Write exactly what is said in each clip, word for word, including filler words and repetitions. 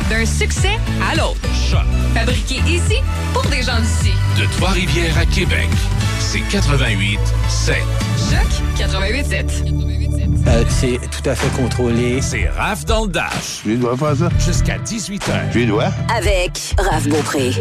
D'un succès à l'autre. Choc. Fabriqué ici pour des gens d'ici. De Trois-Rivières à Québec, c'est quatre-vingt-huit sept. Choc quatre-vingt-huit sept. Euh, c'est tout à fait contrôlé. C'est Raph dans le Dash. Tu dois faire ça? Jusqu'à dix-huit heures. Tu dois? Avec Raph Beaupré.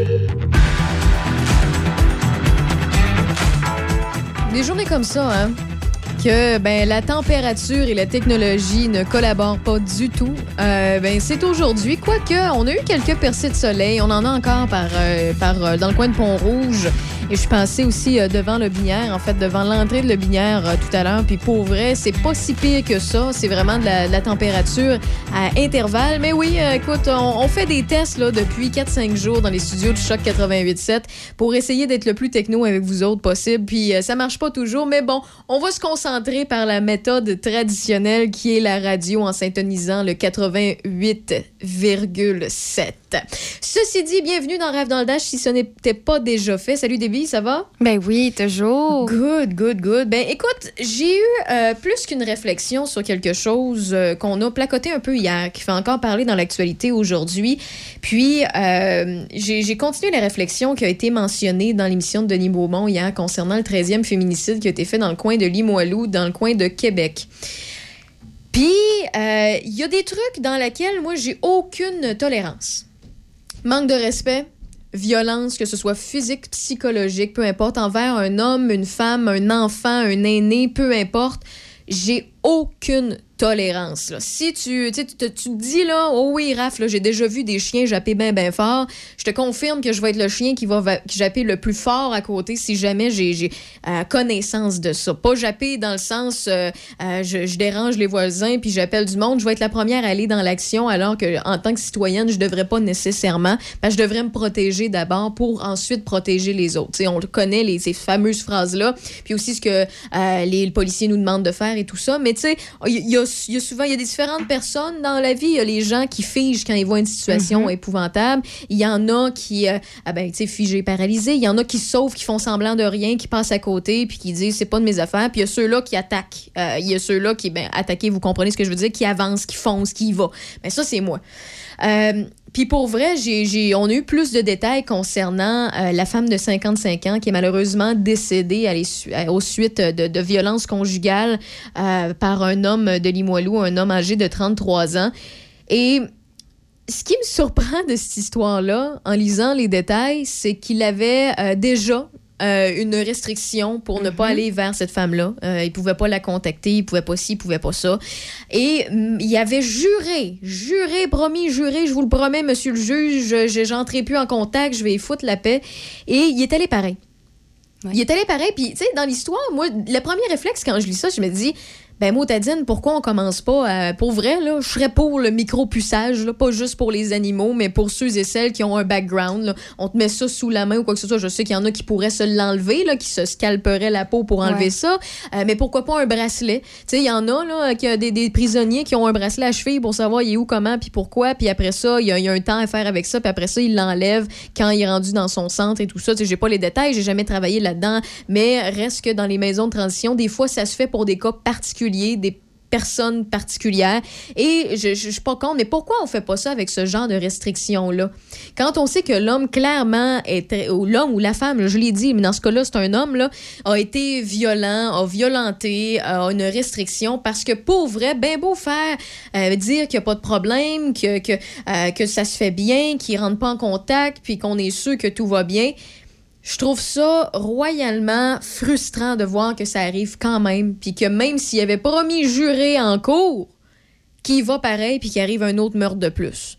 Des journées comme ça, hein, que ben, la température et la technologie ne collaborent pas du tout, euh, ben, c'est aujourd'hui. Quoique, on a eu quelques percées de soleil. On en a encore par, euh, par, euh, dans le coin de Pont-Rouge. Et je suis passée aussi euh, devant le Binière, en fait, devant l'entrée de le Binière euh, tout à l'heure. Puis pour vrai, c'est pas si pire que ça. C'est vraiment de la, de la température à intervalles. Mais oui, euh, écoute, on, on fait des tests là, depuis quatre cinq jours dans les studios de Choc quatre-vingt-huit sept pour essayer d'être le plus techno avec vous autres possible. Puis euh, ça marche pas toujours. Mais bon, on va se concentrer par la méthode traditionnelle qui est la radio en syntonisant le quatre-vingt-huit virgule sept. Ceci dit, bienvenue dans Rêve dans le Dash si ce n'était pas déjà fait. Salut Déby, ça va? Ben oui, toujours. Good, good, good. Ben écoute, j'ai eu euh, plus qu'une réflexion sur quelque chose euh, qu'on a placoté un peu hier, qui fait encore parler dans l'actualité aujourd'hui. Puis, euh, j'ai, j'ai continué la réflexion qui a été mentionnée dans l'émission de Denis Beaumont hier concernant le treizième féminicide qui a été fait dans le coin de Limoilou, dans le coin de Québec. Puis, il euh, y a des trucs dans lesquels, moi, j'ai aucune tolérance. Manque de respect, violence, que ce soit physique, psychologique, peu importe, envers un homme, une femme, un enfant, un aîné, peu importe, j'ai aucune tolérance. Là. Si tu, tu, tu te dis, là, oh oui, Raph, là, j'ai déjà vu des chiens japper bien, bien fort, je te confirme que je vais être le chien qui va va- japper le plus fort à côté si jamais j'ai, j'ai euh, connaissance de ça. Pas japper dans le sens, euh, euh, je, je dérange les voisins puis j'appelle du monde. Je vais être la première à aller dans l'action alors que en tant que citoyenne, je devrais pas nécessairement, parce que je devrais me protéger d'abord pour ensuite protéger les autres. T'sais, on connaît les, ces fameuses phrases-là, puis aussi ce que euh, les policiers nous demandent de faire et tout ça. Mais tu sais, il y a Il y a souvent, il y a des différentes personnes dans la vie. Il y a les gens qui figent quand ils voient une situation mm-hmm. épouvantable. Il y en a qui, euh, ah ben, tu sais, figés, paralysés. Il y en a qui sauvent, qui font semblant de rien, qui passent à côté, puis qui disent c'est pas de mes affaires. Puis il y a ceux-là qui attaquent. Euh, il y a ceux-là qui, ben, attaquer, vous comprenez ce que je veux dire, qui avancent, qui foncent, qui y va. Mais ça, c'est moi. Euh, Puis pour vrai, j'ai, j'ai, on a eu plus de détails concernant euh, la femme de cinquante-cinq ans qui est malheureusement décédée à les, à, aux suites de, de violences conjugales euh, par un homme de Limoilou, un homme âgé de trente-trois ans. Et ce qui me surprend de cette histoire-là, en lisant les détails, c'est qu'il avait euh, déjà Euh, une restriction pour ne mm-hmm. pas aller vers cette femme-là. Euh, il pouvait pas la contacter, il pouvait pas ci, il pouvait pas ça. Et mm, il avait juré, juré, promis, juré, je vous le promets, monsieur le juge, je, j'entrerai plus en contact, je vais y foutre la paix. Et il est allé pareil. Ouais. Il est allé pareil, puis tu sais, dans l'histoire, moi, le premier réflexe quand je lis ça, je me dis... Ben, Motadine, pourquoi on commence pas à... Pour vrai, là, je serais pour le micro-puçage, là, pas juste pour les animaux, mais pour ceux et celles qui ont un background. Là. On te met ça sous la main ou quoi que ce soit. Je sais qu'il y en a qui pourraient se l'enlever, là, qui se scalperaient la peau pour enlever ouais. ça. Euh, mais pourquoi pas un bracelet? Tu sais, il y en a, là, qui a des, des prisonniers qui ont un bracelet à cheville pour savoir il est où, comment, puis pourquoi. Puis après ça, il y, y a un temps à faire avec ça. Puis après ça, il l'enlève quand il est rendu dans son centre et tout ça. Tu sais, j'ai pas les détails, j'ai jamais travaillé là-dedans. Mais reste que dans les maisons de transition, des fois, ça se fait pour des cas particuliers, des personnes particulières. Et je, je, je suis pas contre, mais pourquoi on fait pas ça avec ce genre de restrictions-là? Quand on sait que l'homme, clairement, est, ou l'homme ou la femme, je l'ai dit, mais dans ce cas-là, c'est un homme, là, a été violent, a violenté, a une restriction, parce que pour vrai, ben beau faire euh, dire qu'il n'y a pas de problème, que, que, euh, que ça se fait bien, qu'il ne rentre pas en contact, puis qu'on est sûr que tout va bien. Je trouve ça royalement frustrant de voir que ça arrive quand même, puis que même s'il avait promis juré en cours, qu'il va pareil, puis qu'il arrive un autre meurtre de plus.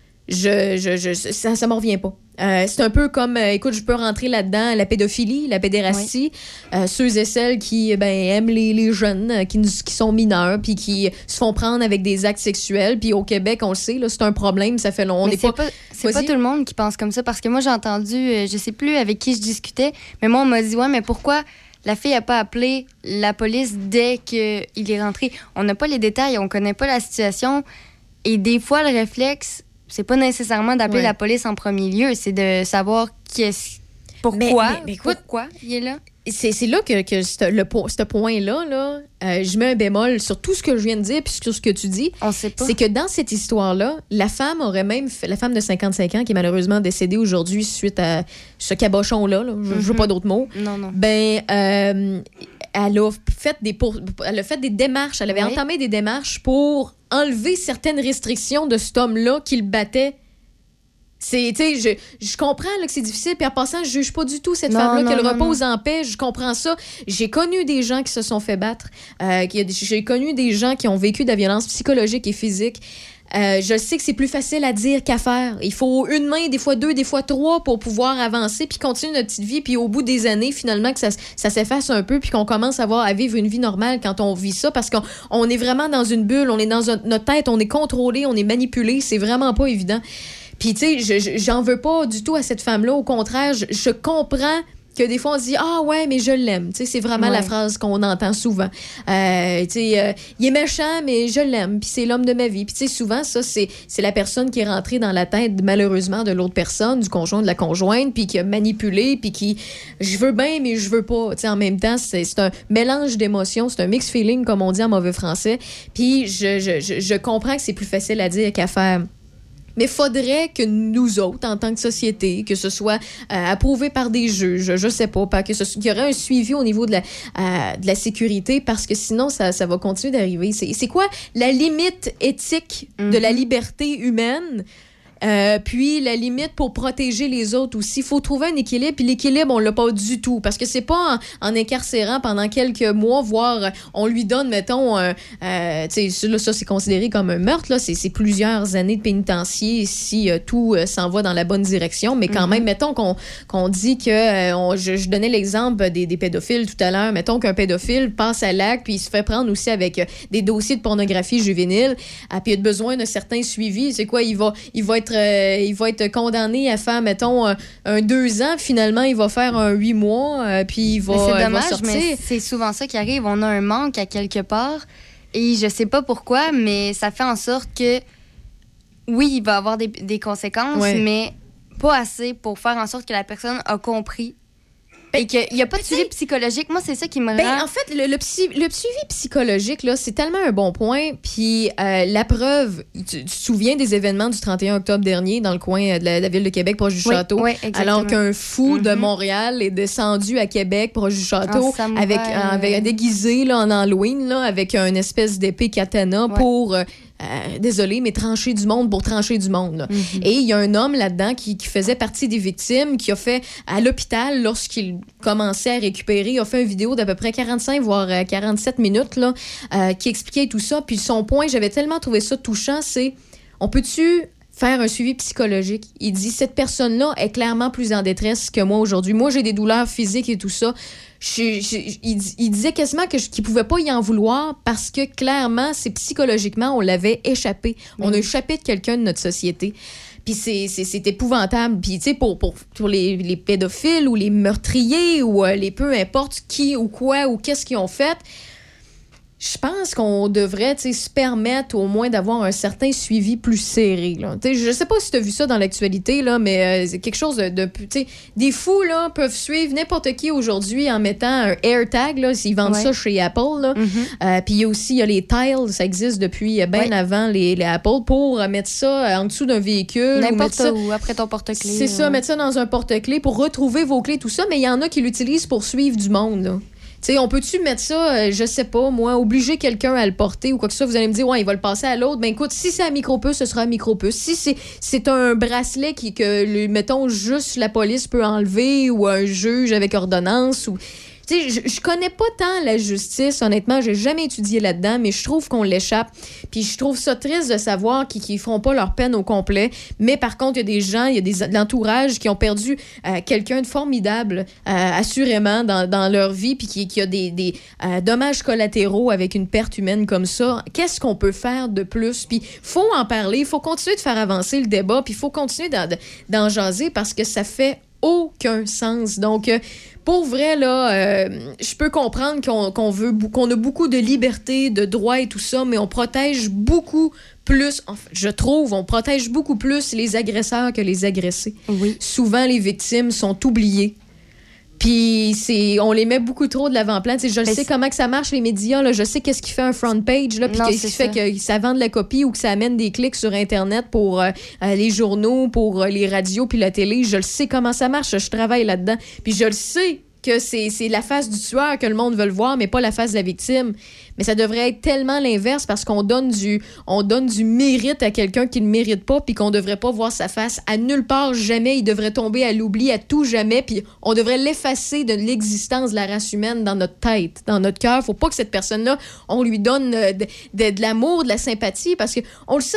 Je, je, je, ça ne me revient pas. Euh, c'est un peu comme, euh, écoute, je peux rentrer là-dedans, la pédophilie, la pédérastie, oui. euh, ceux et celles qui ben, aiment les, les jeunes, euh, qui, qui sont mineurs, puis qui se font prendre avec des actes sexuels. Puis au Québec, on le sait, là, c'est un problème, ça fait longtemps. Mais c'est pas, pas, c'est pas tout le monde qui pense comme ça, parce que moi, j'ai entendu, euh, je sais plus avec qui je discutais, mais moi, on m'a dit, ouais, mais pourquoi la fille n'a pas appelé la police dès qu'il est rentré? On n'a pas les détails, on connaît pas la situation, et des fois, le réflexe... c'est pas nécessairement d'appeler ouais. la police en premier lieu, c'est de savoir qu'est-ce, pourquoi, mais, mais, mais écoute, pourquoi il est là. c'est, c'est là que, que ce, le, ce point-là, là, euh, je mets un bémol sur tout ce que je viens de dire puis sur ce que tu dis. On sait pas. C'est que dans cette histoire-là, la femme aurait même fait, la femme de cinquante-cinq ans qui est malheureusement décédée aujourd'hui suite à ce cabochon-là, là, je ne mm-hmm. veux pas d'autres mots. Non, non. Ben, euh, elle a fait des pour, elle a fait des démarches, elle avait oui. entamé des démarches pour enlever certaines restrictions de cet homme-là qui le battait. C'est, tu sais, je, je comprends là, que c'est difficile, puis en passant, je juge pas du tout cette non, femme-là, non, qu'elle non, repose non. en paix, je comprends ça. J'ai connu des gens qui se sont fait battre, euh, qui, j'ai connu des gens qui ont vécu de la violence psychologique et physique. Euh, je sais que c'est plus facile à dire qu'à faire. Il faut une main, des fois deux, des fois trois pour pouvoir avancer puis continuer notre petite vie. Puis au bout des années, finalement, que ça, ça s'efface un peu puis qu'on commence à, voir, à vivre une vie normale quand on vit ça parce qu'on on est vraiment dans une bulle, on est dans un, notre tête, on est contrôlé, on est manipulé. C'est vraiment pas évident. Puis, tu sais, je, j'en veux pas du tout à cette femme-là. Au contraire, je, je comprends que des fois, on se dit « Ah ouais, mais je l'aime. » Tu sais, c'est vraiment ouais. la phrase qu'on entend souvent. Euh, tu sais, euh, il est méchant, mais je l'aime. Puis c'est l'homme de ma vie. Puis tu sais, souvent, ça, c'est, c'est la personne qui est rentrée dans la tête, malheureusement, de l'autre personne, du conjoint, de la conjointe, puis qui a manipulé, puis qui « Je veux bien, mais je veux pas. » Tu sais, en même temps, c'est, c'est un mélange d'émotions. C'est un mixed feeling, comme on dit en mauvais français. Puis je, je, je, je comprends que c'est plus facile à dire qu'à faire. Mais il faudrait que nous autres, en tant que société, que ce soit euh, approuvé par des juges, je sais pas, pas que ce, qu'il y aurait un suivi au niveau de la, euh, de la sécurité, parce que sinon, ça, ça va continuer d'arriver. C'est, c'est quoi la limite éthique mm-hmm. de la liberté humaine? Euh, puis la limite pour protéger les autres aussi. Il faut trouver un équilibre, puis l'équilibre, on l'a pas du tout. Parce que c'est pas en, en incarcérant pendant quelques mois, voire on lui donne, mettons, euh, euh, tu sais, là, ça, c'est considéré comme un meurtre, là. C'est, c'est plusieurs années de pénitencier si euh, tout euh, s'en va dans la bonne direction. Mais quand mm-hmm. même, mettons qu'on, qu'on dit que, euh, on, je, je donnais l'exemple des, des pédophiles tout à l'heure. Mettons qu'un pédophile passe à l'acte, puis il se fait prendre aussi avec euh, des dossiers de pornographie juvénile, ah, puis il a besoin d'un certain suivi. C'est quoi? Il va, il va être Euh, il va être condamné à faire, mettons, un, un deux ans. Finalement, il va faire un huit mois, euh, puis il va, mais c'est dommage, va sortir. Mais c'est souvent ça qui arrive. On a un manque à quelque part. Et je sais pas pourquoi, mais ça fait en sorte que, oui, il va avoir des, des conséquences, ouais. mais pas assez pour faire en sorte que la personne a compris. Et qu'il n'y a pas de suivi psychologique. Moi, c'est ça qui me ben, rend... En fait, le, le, psy, le suivi psychologique, là, c'est tellement un bon point. Puis euh, la preuve, tu, tu te souviens des événements du trente et un octobre dernier dans le coin de la, de la ville de Québec, proche du oui, château, oui, alors qu'un fou mm-hmm. de Montréal est descendu à Québec, proche du château, avec, euh, avec un déguisé là, en Halloween, là, avec une espèce d'épée katana ouais. pour... Euh, Euh, désolé, mais trancher du monde pour trancher du monde. Mm-hmm. Et il y a un homme là-dedans qui, qui faisait partie des victimes, qui a fait à l'hôpital, lorsqu'il commençait à récupérer, il a fait une vidéo d'à peu près quarante-cinq, voire quarante-sept minutes, là, euh, qui expliquait tout ça. Puis son point, j'avais tellement trouvé ça touchant, c'est, on peut-tu faire un suivi psychologique? Il dit, cette personne-là est clairement plus en détresse que moi aujourd'hui. Moi, j'ai des douleurs physiques et tout ça. Je, je, il, il disait quasiment que je, qu'il pouvait pas y en vouloir parce que clairement, c'est psychologiquement, on l'avait échappé. Mmh. On a échappé de quelqu'un de notre société. Puis c'est, c'est, c'est épouvantable. Puis tu sais, pour, pour, pour les, les pédophiles ou les meurtriers ou euh, les peu importe qui ou quoi ou qu'est-ce qu'ils ont fait, je pense qu'on devrait se permettre au moins d'avoir un certain suivi plus serré. Là. Je sais pas si tu as vu ça dans l'actualité, là, mais euh, c'est quelque chose de... de des fous là, peuvent suivre n'importe qui aujourd'hui en mettant un AirTag. Là, s'ils vendent ouais. ça chez Apple. Mm-hmm. Euh, puis il y a aussi y a les Tiles, ça existe depuis bien ouais. avant les, les Apple, pour mettre ça en dessous d'un véhicule. N'importe ça, où, après ton porte-clés. C'est ouais. ça, mettre ça dans un porte-clés pour retrouver vos clés, tout ça. Mais il y en a qui l'utilisent pour suivre du monde. Là. Tu sais, on peut-tu mettre ça, euh, je sais pas, moi, obliger quelqu'un à le porter ou quoi que ce soit, vous allez me dire, ouais, il va le passer à l'autre. Ben écoute, si c'est à micro-puce, ce sera à micro-puce. Si c'est, c'est un bracelet qui, que, le, mettons, juste la police peut enlever ou un juge avec ordonnance ou... Tu sais, je, je connais pas tant la justice, honnêtement, j'ai jamais étudié là-dedans, mais je trouve qu'on l'échappe. Puis je trouve ça triste de savoir qu'ils, qu'ils font pas leur peine au complet. Mais par contre, il y a des gens, il y a des, de l'entourage qui ont perdu euh, quelqu'un de formidable, euh, assurément, dans, dans leur vie, puis qui, qui a des, des euh, dommages collatéraux avec une perte humaine comme ça. Qu'est-ce qu'on peut faire de plus? Puis faut en parler, il faut continuer de faire avancer le débat, puis il faut continuer d'en, d'en jaser parce que ça fait aucun sens. Donc, euh, pour vrai, là, euh, je peux comprendre qu'on, qu'on veut, qu'on a beaucoup de liberté, de droits et tout ça, mais on protège beaucoup plus, enfin, je trouve, on protège beaucoup plus les agresseurs que les agressés. Oui. Souvent, les victimes sont oubliées. Puis c'est, on les met beaucoup trop de l'avant-plan. Tu sais, je Mais sais c'est... comment que ça marche, les médias. Là, je sais qu'est-ce qui fait un front page, là, puis qu'est-ce qui fait que ça vend de la copie ou que ça amène des clics sur Internet pour euh, les journaux, pour euh, les radios, puis la télé. Je le sais comment ça marche. Je travaille là-dedans. Puis je le sais que c'est, c'est la face du tueur que le monde veut le voir, mais pas la face de la victime. Mais ça devrait être tellement l'inverse parce qu'on donne du, on donne du mérite à quelqu'un qui ne le mérite pas puis qu'on devrait pas voir sa face à nulle part, jamais. Il devrait tomber à l'oubli à tout jamais puis on devrait l'effacer de l'existence de la race humaine dans notre tête, dans notre cœur. Faut pas que cette personne-là, on lui donne de, de, de l'amour, de la sympathie parce que on le sait.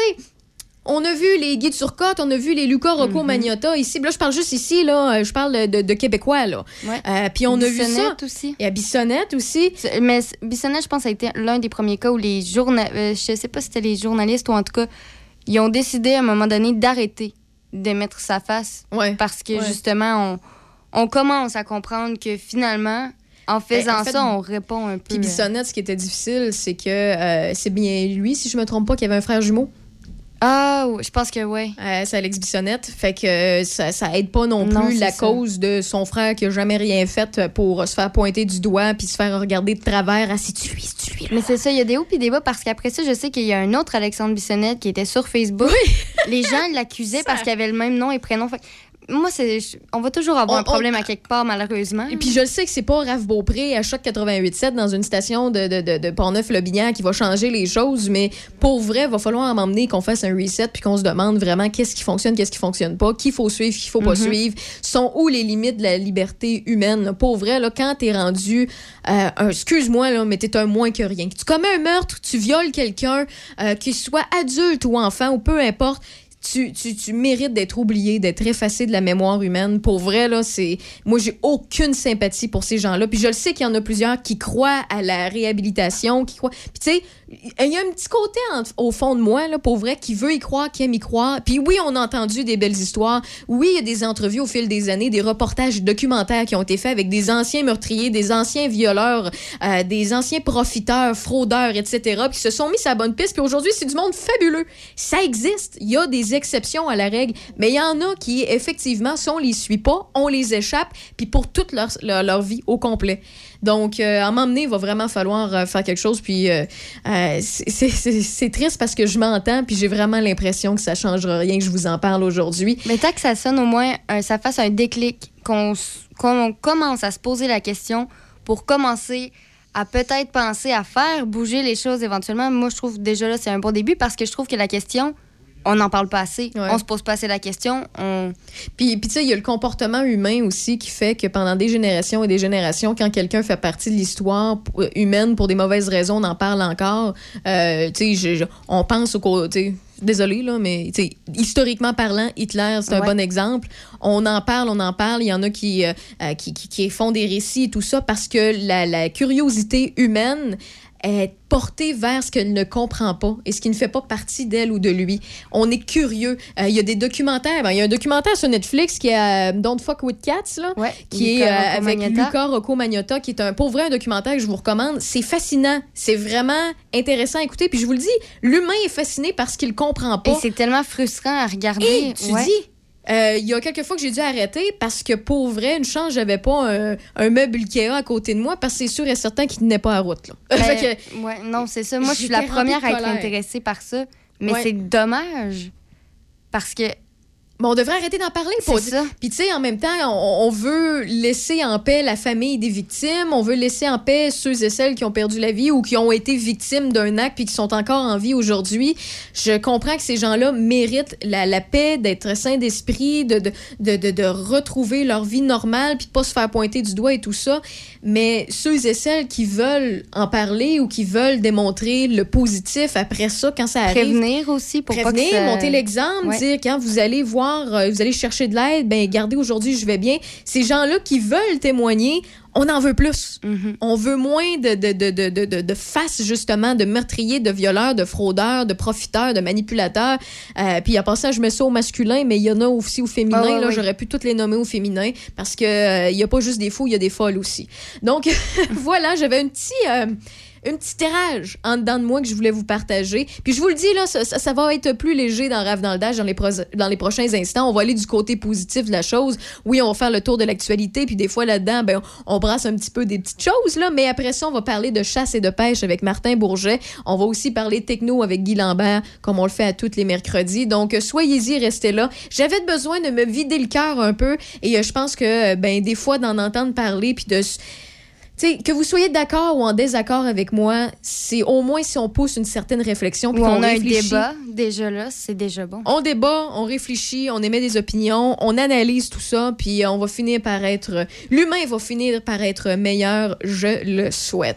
On a vu les Guy Turcotte, on a vu les Luca Rocco mm-hmm. Magnotta ici. Là, je parle juste ici, là, je parle de, de Québécois, là. Ouais. Euh, puis on a vu ça. Aussi. Et à Bissonnette aussi. C'est, mais Bissonnette, je pense, ça a été l'un des premiers cas où les journalistes, euh, je sais pas si c'était les journalistes ou en tout cas, ils ont décidé à un moment donné d'arrêter de mettre sa face. Ouais. Parce que ouais. justement, on, on commence à comprendre que finalement, en faisant ben, en fait, ça, on répond un peu. Puis Bissonnette, ce qui était difficile, c'est que euh, c'est bien lui, si je me trompe pas, qui avait un frère jumeau. Ah, je pense que oui. Euh, c'est Alex Bissonnette. Fait que euh, ça, ça aide pas non plus non, la ça. cause de son frère qui a jamais rien fait pour se faire pointer du doigt puis se faire regarder de travers. Ah, c'est-tu lui, c'est-tu lui? Là? Mais c'est ça, il y a des hauts puis des bas parce qu'après ça, je sais qu'il y a un autre Alexandre Bissonnette qui était sur Facebook. Oui. Les gens l'accusaient ça... parce qu'il avait le même nom et prénom. Fait... Moi, c'est, on va toujours avoir on, un problème on... à quelque part, malheureusement. Et puis, je le sais que c'est pas Raph Beaupré à Choc quatre-vingt-huit sept dans une station de, de, de, de Portneuf-Lobinière qui va changer les choses, mais pour vrai, il va falloir m'emmener qu'on fasse un reset puis qu'on se demande vraiment qu'est-ce qui fonctionne, qu'est-ce qui fonctionne pas, qui faut suivre, qui faut pas mm-hmm. suivre, sont où les limites de la liberté humaine. Pour vrai, là, quand t'es rendu, euh, un, excuse-moi, là, mais t'es un moins que rien. Tu commets un meurtre, tu violes quelqu'un, euh, qu'il soit adulte ou enfant ou peu importe, Tu, tu, tu mérites d'être oublié, d'être effacé de la mémoire humaine. Pour vrai, là, c'est... Moi, j'ai aucune sympathie pour ces gens-là. Puis je le sais qu'il y en a plusieurs qui croient à la réhabilitation, qui croient... Puis tu sais, il y a un petit côté en, au fond de moi, là, pour vrai, qui veut y croire, qui aime y croire. Puis oui, on a entendu des belles histoires. Oui, il y a des entrevues au fil des années, des reportages documentaires qui ont été faits avec des anciens meurtriers, des anciens violeurs, euh, des anciens profiteurs, fraudeurs, et cetera, puis qui se sont mis sur la bonne piste. Puis aujourd'hui, c'est du monde fabuleux. Ça existe. Il y a des exceptions à la règle, mais il y en a qui, effectivement, si on les suit pas, on les échappe, puis pour toute leur, leur, leur vie au complet. Donc, euh, à m'emmener, il va vraiment falloir euh, faire quelque chose. Puis, euh, euh, c'est, c'est, c'est, c'est triste parce que je m'entends, puis j'ai vraiment l'impression que ça ne changera rien que je vous en parle aujourd'hui. Mais tant que ça sonne, au moins, un, ça fasse un déclic, qu'on, qu'on commence à se poser la question pour commencer à peut-être penser à faire bouger les choses éventuellement. Moi, je trouve déjà là, c'est un bon début parce que je trouve que la question... On n'en parle pas assez. Ouais. On se pose pas assez la question. On... Puis, puis tu sais, il y a le comportement humain aussi qui fait que pendant des générations et des générations, quand quelqu'un fait partie de l'histoire humaine pour des mauvaises raisons, on en parle encore. Euh, tu sais, on pense au côté... Désolée, là, mais historiquement parlant, Hitler, c'est un ouais. bon exemple. On en parle, on en parle. Il y en a qui, euh, qui, qui, qui font des récits et tout ça parce que la, la curiosité humaine est portée vers ce qu'elle ne comprend pas et ce qui ne fait pas partie d'elle ou de lui. On est curieux. Il euh, y a des documentaires. Ben, il y a un documentaire sur Netflix qui est euh, Don't Fuck With Cats, là, ouais, qui Luca est euh, avec Luca Rocco Magnotta, qui est un, pour vrai un documentaire que je vous recommande. C'est fascinant. C'est vraiment intéressant à écouter. Puis je vous le dis, l'humain est fasciné par ce qu'il ne comprend pas. Et c'est tellement frustrant à regarder. Et tu ouais. dis... Il euh, y a quelques fois que j'ai dû arrêter parce que, pour vrai, une chance, j'avais pas un, un meuble Ikea à côté de moi parce que c'est sûr et certain qu'il tenait pas à route. Là. Ben, fait que, ouais, non, c'est ça. Moi, je suis la première à être intéressée par ça. Mais ouais. c'est dommage parce que... Mais on devrait arrêter d'en parler. C'est ça. Puis, tu sais, en même temps, on, on veut laisser en paix la famille des victimes. On veut laisser en paix ceux et celles qui ont perdu la vie ou qui ont été victimes d'un acte puis qui sont encore en vie aujourd'hui. Je comprends que ces gens-là méritent la, la paix, d'être sains d'esprit, de, de, de, de, de retrouver leur vie normale puis de pas se faire pointer du doigt et tout ça. Mais ceux et celles qui veulent en parler ou qui veulent démontrer le positif après ça, quand ça arrive... Prévenir aussi pour prévenir, pas que ça... monter l'exemple, ouais. dire quand vous allez voir vous allez chercher de l'aide, ben regardez, aujourd'hui, je vais bien. Ces gens-là qui veulent témoigner, on en veut plus. Mm-hmm. On veut moins de, de, de, de, de, de faces, justement, de meurtriers, de violeurs, de fraudeurs, de profiteurs, de manipulateurs. Euh, puis à part ça, je mets ça au masculin, mais il y en a aussi au féminin. Oh, là, oui. J'aurais pu toutes les nommer au féminin parce qu'il n'y euh, a pas juste des fous, il y a des folles aussi. Donc, voilà, j'avais un petit... Euh, une petite rage en dedans de moi que je voulais vous partager. Puis je vous le dis, là, ça, ça, ça va être plus léger dans Rave dans le Dash dans les, pro- dans les prochains instants. On va aller du côté positif de la chose. Oui, on va faire le tour de l'actualité, puis des fois là-dedans, ben, on brasse un petit peu des petites choses, là, mais après ça, on va parler de chasse et de pêche avec Martin Bourget. On va aussi parler techno avec Guy Lambert, comme on le fait à tous les mercredis. Donc, soyez-y, restez là. J'avais besoin de me vider le cœur un peu, et euh, je pense que, ben, des fois, d'en entendre parler, puis de... T'sais, que vous soyez d'accord ou en désaccord avec moi, c'est au moins si on pousse une certaine réflexion. Puis Ou qu'on on a réfléchit. un débat, déjà là, c'est déjà bon. On débat, on réfléchit, on émet des opinions, on analyse tout ça, puis on va finir par être... L'humain va finir par être meilleur, je le souhaite.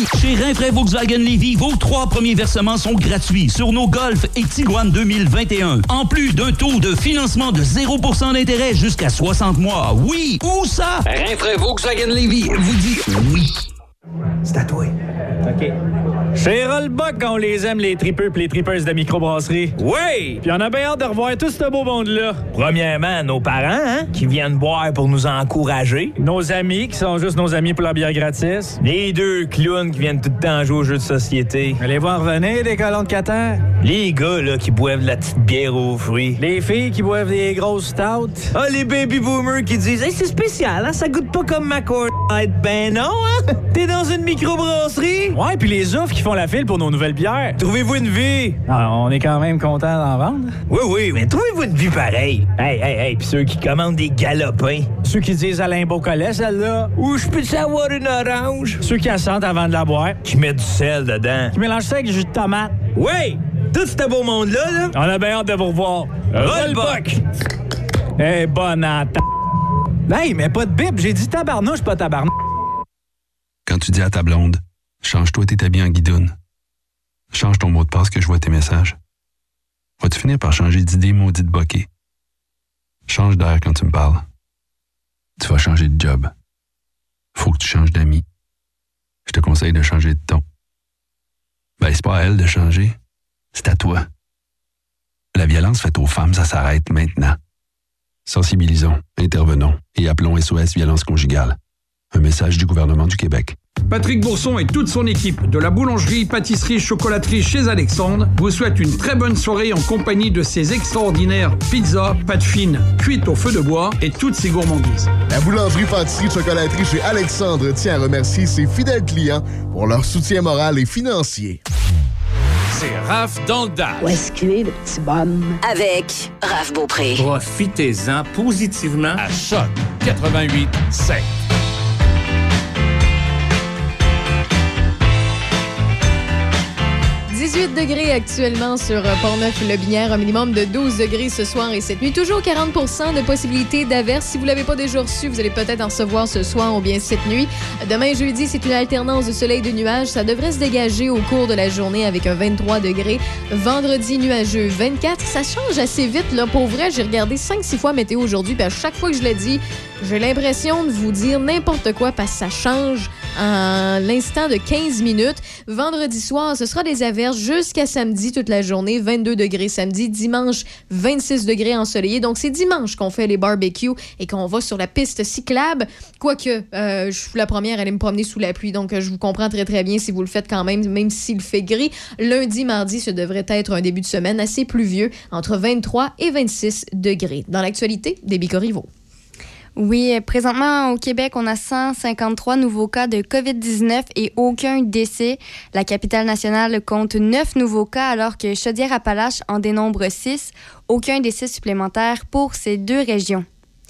Chez Rinfraie Volkswagen Lévy, vos trois premiers versements sont gratuits sur nos Golf et Tiguan deux mille vingt et un. En plus d'un taux de financement de zéro pour cent d'intérêt jusqu'à soixante mois. Oui, où ça? Rinfraie Volkswagen Lévy vous dit oui. C'est à toi. OK. Chez Rollbuck, on les aime, les tripeux pis les tripeuses de microbrasserie. Oui! Puis on a bien hâte de revoir tout ce beau monde-là. Premièrement, nos parents, hein, qui viennent boire pour nous encourager. Nos amis, qui sont juste nos amis pour la bière gratis. Les deux clowns qui viennent tout le temps jouer aux jeux de société. Allez voir revenir, les colons de Qatar. Les gars, là, qui boivent de la petite bière aux fruits. Les filles qui boivent des grosses stouts. Ah, les baby boomers qui disent « Hey, c'est spécial, hein, ça goûte pas comme ma cour... » Ben non, hein? T'es dans une microbrasserie? Ouais, puis les offres qui font la file pour nos nouvelles bières. Trouvez-vous une vie? Ah, on est quand même content d'en vendre. Oui, oui, mais trouvez-vous une vie pareille. Hey, hey, hey, puis ceux qui commandent des galopins. Ceux qui disent Alain Beaucollet, celle-là. Ou je peux-tu avoir une orange? Ceux qui la sentent avant de la boire. Qui mettent du sel dedans. Qui mélangent ça avec du jus de tomate. Oui! Tout ce beau monde-là, là. On a bien hâte de vous revoir. Rollbuck! Eh, hey, bonne atta... Hey, mais pas de bip, j'ai dit tabarnouche, pas tabarnouche. Quand tu dis à ta blonde, change-toi tes habits en guidoune. Change ton mot de passe que je vois tes messages. Vas-tu finir par changer d'idée maudite bokeh? Change d'air quand tu me parles. Tu vas changer de job. Faut que tu changes d'amis. Je te conseille de changer de ton. Ben, c'est pas à elle de changer. C'est à toi. La violence faite aux femmes, ça s'arrête maintenant. Sensibilisons, intervenons et appelons S O S Violence Conjugale. Un message du gouvernement du Québec. Patrick Bourson et toute son équipe de la boulangerie, pâtisserie, chocolaterie chez Alexandre vous souhaitent une très bonne soirée en compagnie de ses extraordinaires pizzas, pâtes fines, cuites au feu de bois et toutes ses gourmandises. La boulangerie, pâtisserie, chocolaterie chez Alexandre tient à remercier ses fidèles clients pour leur soutien moral et financier. C'est Raph dans le Dash. Où est-ce qu'il est, le petit bonhomme? Avec Raph Beaupré. Profitez-en positivement à Choc quatre-vingt-huit sept. dix-huit degrés actuellement sur Portneuf-Lobinière, un minimum de douze degrés ce soir et cette nuit. Toujours quarante pour cent de possibilité d'averse. Si vous ne l'avez pas déjà reçu, vous allez peut-être en recevoir ce soir ou bien cette nuit. Demain, jeudi, c'est une alternance de soleil et de nuages. Ça devrait se dégager au cours de la journée avec un vingt-trois degrés. Vendredi, nuageux, vingt-quatre. Ça change assez vite, là. Pour vrai, j'ai regardé cinq six fois météo aujourd'hui, puis à chaque fois que je l'ai dit, j'ai l'impression de vous dire n'importe quoi parce que ça change en l'instant de quinze minutes. Vendredi soir, ce sera des averses jusqu'à samedi toute la journée, vingt-deux degrés samedi, dimanche vingt-six degrés ensoleillé. Donc c'est dimanche qu'on fait les barbecues et qu'on va sur la piste cyclable. Quoique, euh, je suis la première à aller me promener sous la pluie, donc je vous comprends très très bien si vous le faites quand même, même s'il fait gris. Lundi, mardi, ce devrait être un début de semaine assez pluvieux, entre vingt-trois et vingt-six degrés. Dans l'actualité, des Bicorriveau. Oui, présentement au Québec, on a cent cinquante-trois nouveaux cas de covid dix-neuf et aucun décès. La capitale nationale compte neuf nouveaux cas alors que Chaudière-Appalaches en dénombre six. Aucun décès supplémentaire pour ces deux régions.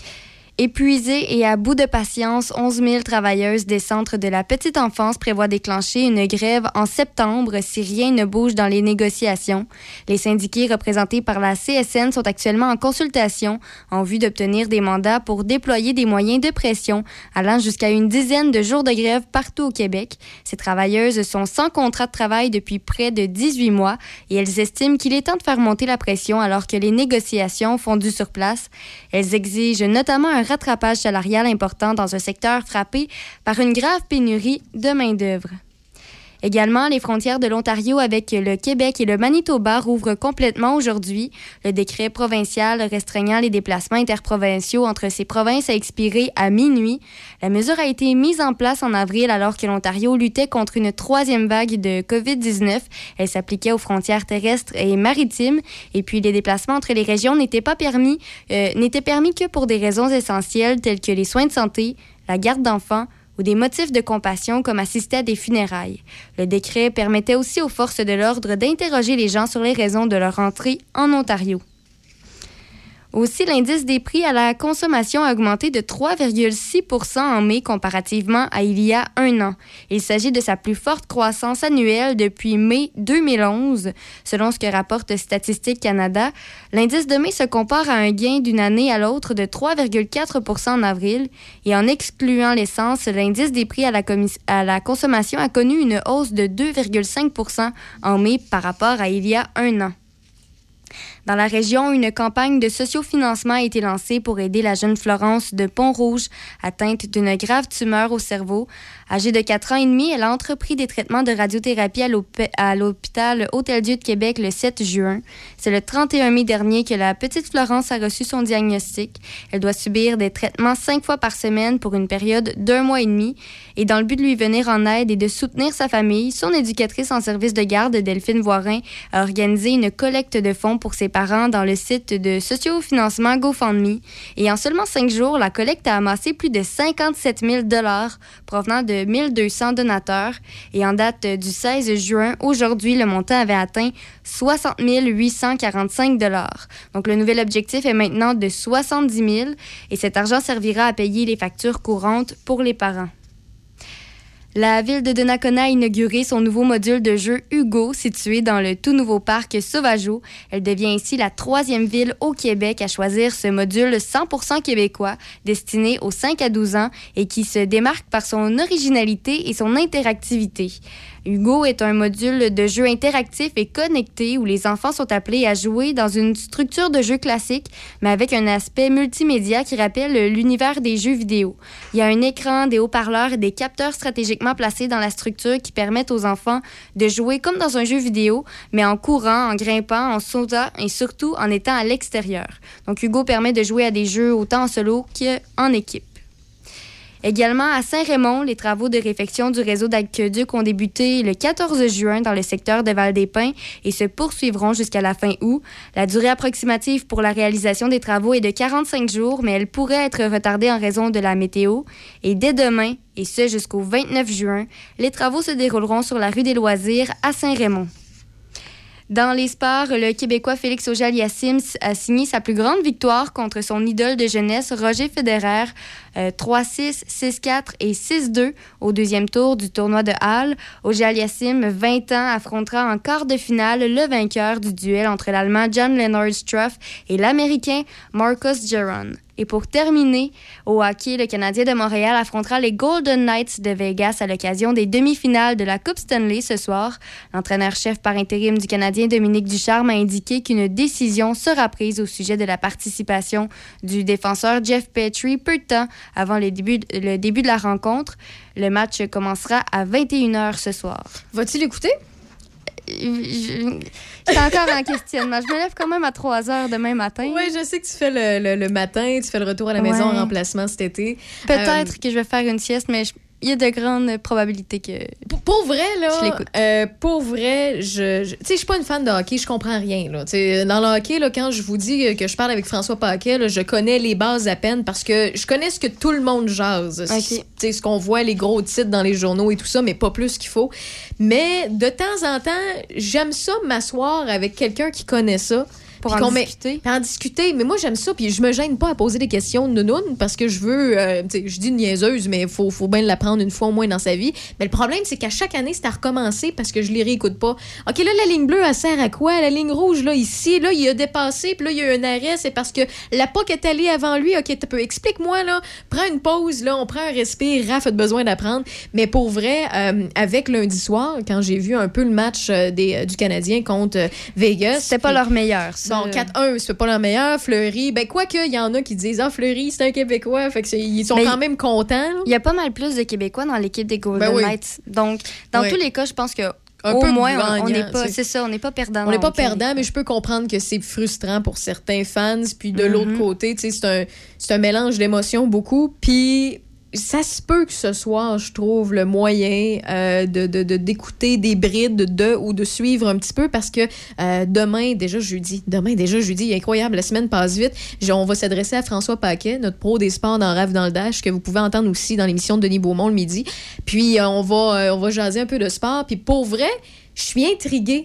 Épuisées et à bout de patience, onze mille travailleuses des centres de la petite enfance prévoient déclencher une grève en septembre si rien ne bouge dans les négociations. Les syndiqués représentés par la C S N sont actuellement en consultation en vue d'obtenir des mandats pour déployer des moyens de pression allant jusqu'à une dizaine de jours de grève partout au Québec. Ces travailleuses sont sans contrat de travail depuis près de dix-huit mois et elles estiment qu'il est temps de faire monter la pression alors que les négociations font du sur place. Elles exigent notamment un rattrapage salarial important dans un secteur frappé par une grave pénurie de main-d'œuvre. Également, les frontières de l'Ontario avec le Québec et le Manitoba rouvrent complètement aujourd'hui. Le décret provincial restreignant les déplacements interprovinciaux entre ces provinces a expiré à minuit. La mesure a été mise en place en avril alors que l'Ontario luttait contre une troisième vague de covid dix-neuf. Elle s'appliquait aux frontières terrestres et maritimes. Et puis, les déplacements entre les régions n'étaient pas permis, euh, n'étaient permis que pour des raisons essentielles telles que les soins de santé, la garde d'enfants, ou des motifs de compassion comme assister à des funérailles. Le décret permettait aussi aux forces de l'ordre d'interroger les gens sur les raisons de leur entrée en Ontario. Aussi, l'indice des prix à la consommation a augmenté de trois virgule six pour cent en mai comparativement à il y a un an. Il s'agit de sa plus forte croissance annuelle depuis mai deux mille onze, selon ce que rapporte Statistique Canada. L'indice de mai se compare à un gain d'une année à l'autre de trois virgule quatre pour cent en avril et en excluant l'essence, l'indice des prix à la, commis- à la consommation a connu une hausse de deux virgule cinq pour cent en mai par rapport à il y a un an. Dans la région, une campagne de sociofinancement a été lancée pour aider la jeune Florence de Pont-Rouge, atteinte d'une grave tumeur au cerveau. Âgée de quatre ans et demi, elle a entrepris des traitements de radiothérapie à, l'hôp- à l'hôpital Hôtel-Dieu de Québec le sept juin. C'est le trente et un mai dernier que la petite Florence a reçu son diagnostic. Elle doit subir des traitements cinq fois par semaine pour une période d'un mois et demi. Et dans le but de lui venir en aide et de soutenir sa famille, son éducatrice en service de garde, Delphine Voirin, a organisé une collecte de fonds pour ses parents dans le site de sociofinancement GoFundMe. Et en seulement cinq jours, la collecte a amassé plus de cinquante-sept mille dollars provenant de mille deux cents donateurs. Et en date du seize juin, aujourd'hui, le montant avait atteint soixante mille huit cent quarante-cinq dollars. Donc, le nouvel objectif est maintenant de soixante-dix mille et cet argent servira à payer les factures courantes pour les parents. La ville de Donnacona a inauguré son nouveau module de jeu Hugo, situé dans le tout nouveau parc Sauvageau. Elle devient ainsi la troisième ville au Québec à choisir ce module cent pour cent québécois, destiné aux cinq à douze ans et qui se démarque par son originalité et son interactivité. Hugo est un module de jeu interactif et connecté où les enfants sont appelés à jouer dans une structure de jeu classique, mais avec un aspect multimédia qui rappelle l'univers des jeux vidéo. Il y a un écran, des haut-parleurs et des capteurs stratégiquement placés dans la structure qui permettent aux enfants de jouer comme dans un jeu vidéo, mais en courant, en grimpant, en sautant et surtout en étant à l'extérieur. Donc Hugo permet de jouer à des jeux autant en solo qu'en équipe. Également, à Saint-Raymond, les travaux de réfection du réseau d'aqueduc ont débuté le quatorze juin dans le secteur de Val-des-Pins et se poursuivront jusqu'à la fin août. La durée approximative pour la réalisation des travaux est de quarante-cinq jours, mais elle pourrait être retardée en raison de la météo. Et dès demain, et ce jusqu'au vingt-neuf juin, les travaux se dérouleront sur la rue des Loisirs à Saint-Raymond. Dans les sports, le Québécois Félix Auger-Aliassime a signé sa plus grande victoire contre son idole de jeunesse, Roger Federer, euh, trois six, six quatre et six deux au deuxième tour du tournoi de Halle. Auger-Aliassime, vingt ans, affrontera en quart de finale le vainqueur du duel entre l'Allemand Jan-Lennard Struff et l'Américain Marcus Giron. Et pour terminer, au hockey, le Canadien de Montréal affrontera les Golden Knights de Vegas à l'occasion des demi-finales de la Coupe Stanley ce soir. L'entraîneur-chef par intérim du Canadien, Dominique Ducharme, a indiqué qu'une décision sera prise au sujet de la participation du défenseur Jeff Petrie peu de temps avant le début, le début de la rencontre. Le match commencera à vingt et une heures ce soir. Vas-tu l'écouter? Je... C'est encore en questionnement. Je me lève quand même à trois heures demain matin. Oui, je sais que tu fais le, le, le matin, tu fais le retour à la maison ouais. en remplacement cet été. Peut-être euh... que je vais faire une sieste, mais je... il y a de grandes probabilités que Pour, pour vrai, là, je l'écoute. Euh, pour vrai, je, je tu sais, je suis pas une fan de hockey, je comprends rien, là. Tu sais, dans le hockey, là, quand je vous dis que je parle avec François Paquet, là, je connais les bases à peine parce que je connais ce que tout le monde jase. Okay. Tu sais, ce qu'on voit, les gros titres dans les journaux et tout ça, mais pas plus qu'il faut. Mais de temps en temps, j'aime ça m'asseoir avec quelqu'un qui connaît ça. Pour en discuter. Met, en discuter. Mais moi, j'aime ça. Puis je me gêne pas à poser des questions de nounoun parce que je veux... Euh, je dis niaiseuse, mais il faut, faut bien l'apprendre une fois au moins dans sa vie. Mais le problème, c'est qu'à chaque année, c'est à recommencer parce que je les réécoute pas. OK, là, la ligne bleue, elle sert à quoi? La ligne rouge, là, ici, là, il a dépassé. Puis là, il y a eu un arrêt. C'est parce que la P A C est allée avant lui. OK, tu peux... Explique-moi, là. Prends une pause, là. On prend un respire. Raph a besoin d'apprendre. Mais pour vrai, euh, avec lundi soir, quand j'ai vu un peu le match euh, des, euh, du Canadien contre euh, Vegas... C'était pas leur meilleur, ça. Bon, quatre un, c'est pas leur meilleur. Fleury, ben quoi qu'il y en a qui disent « Ah, Fleury, c'est un Québécois. » Fait qu'ils sont mais quand même contents. Il y a pas mal plus de Québécois dans l'équipe des Golden ben oui. Knights. Donc, dans oui. tous les cas, je pense que un au moins, on n'est pas, c'est ça, on n'est pas perdant. On n'est pas perdant, mais je peux comprendre que c'est frustrant pour certains fans. Puis de mm-hmm. l'autre côté, tu sais, c'est un, c'est un mélange d'émotions beaucoup. Puis ça se peut que ce soir, je trouve le moyen euh, de, de, de, d'écouter des brides de ou de suivre un petit peu parce que euh, demain, déjà jeudi, demain, déjà jeudi, incroyable, la semaine passe vite. On va s'adresser à François Paquet, notre pro des sports dans Rave dans le Dash, que vous pouvez entendre aussi dans l'émission de Denis Beaumont le midi. Puis euh, on va, euh, on va jaser un peu de sport. Puis pour vrai, je suis intriguée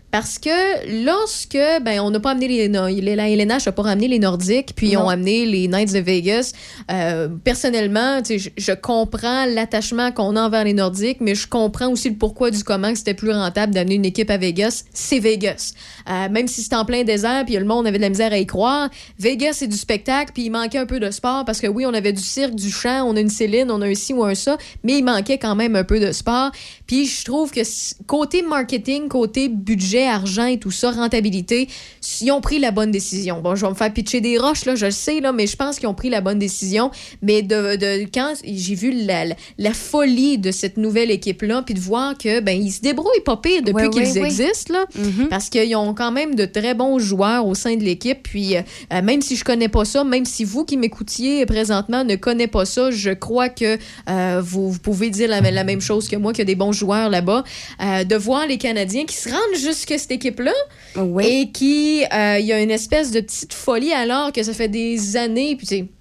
Parce que lorsque, ben, on n'a pas amené les, non, la L N H n'a pas ramené les Nordiques, puis ils ont amené les Knights de Vegas. Euh, personnellement, tu sais, je, je comprends l'attachement qu'on a envers les Nordiques, mais je comprends aussi le pourquoi du comment que c'était plus rentable d'amener une équipe à Vegas. C'est Vegas. Euh, même si c'est en plein désert, puis le monde avait de la misère à y croire, Vegas, c'est du spectacle, puis il manquait un peu de sport, parce que oui, on avait du cirque, du chant, on a une Céline, on a un ci ou un ça, mais il manquait quand même un peu de sport. Puis je trouve que côté marketing, côté budget, argent et tout ça, rentabilité, ils ont pris la bonne décision. Bon, je vais me faire pitcher des roches, là, je le sais, là, mais je pense qu'ils ont pris la bonne décision. Mais de, de quand j'ai vu la, la, la folie de cette nouvelle équipe-là, puis de voir que ben ils se débrouillent pas pire depuis ouais, qu'ils ouais, existent, là, mm-hmm. parce qu'ils ont quand même de très bons joueurs au sein de l'équipe. Puis euh, même si je connais pas ça, même si vous qui m'écoutiez présentement ne connaissez pas ça, je crois que euh, vous, vous pouvez dire la, la même chose que moi, qu'il y a des bons joueurs là-bas. Euh, de voir les Canadiens qui se rendent jusqu'à cette équipe-là oui. et qui, euh, il y a une espèce de petite folie alors que ça fait des années, puis tu sais,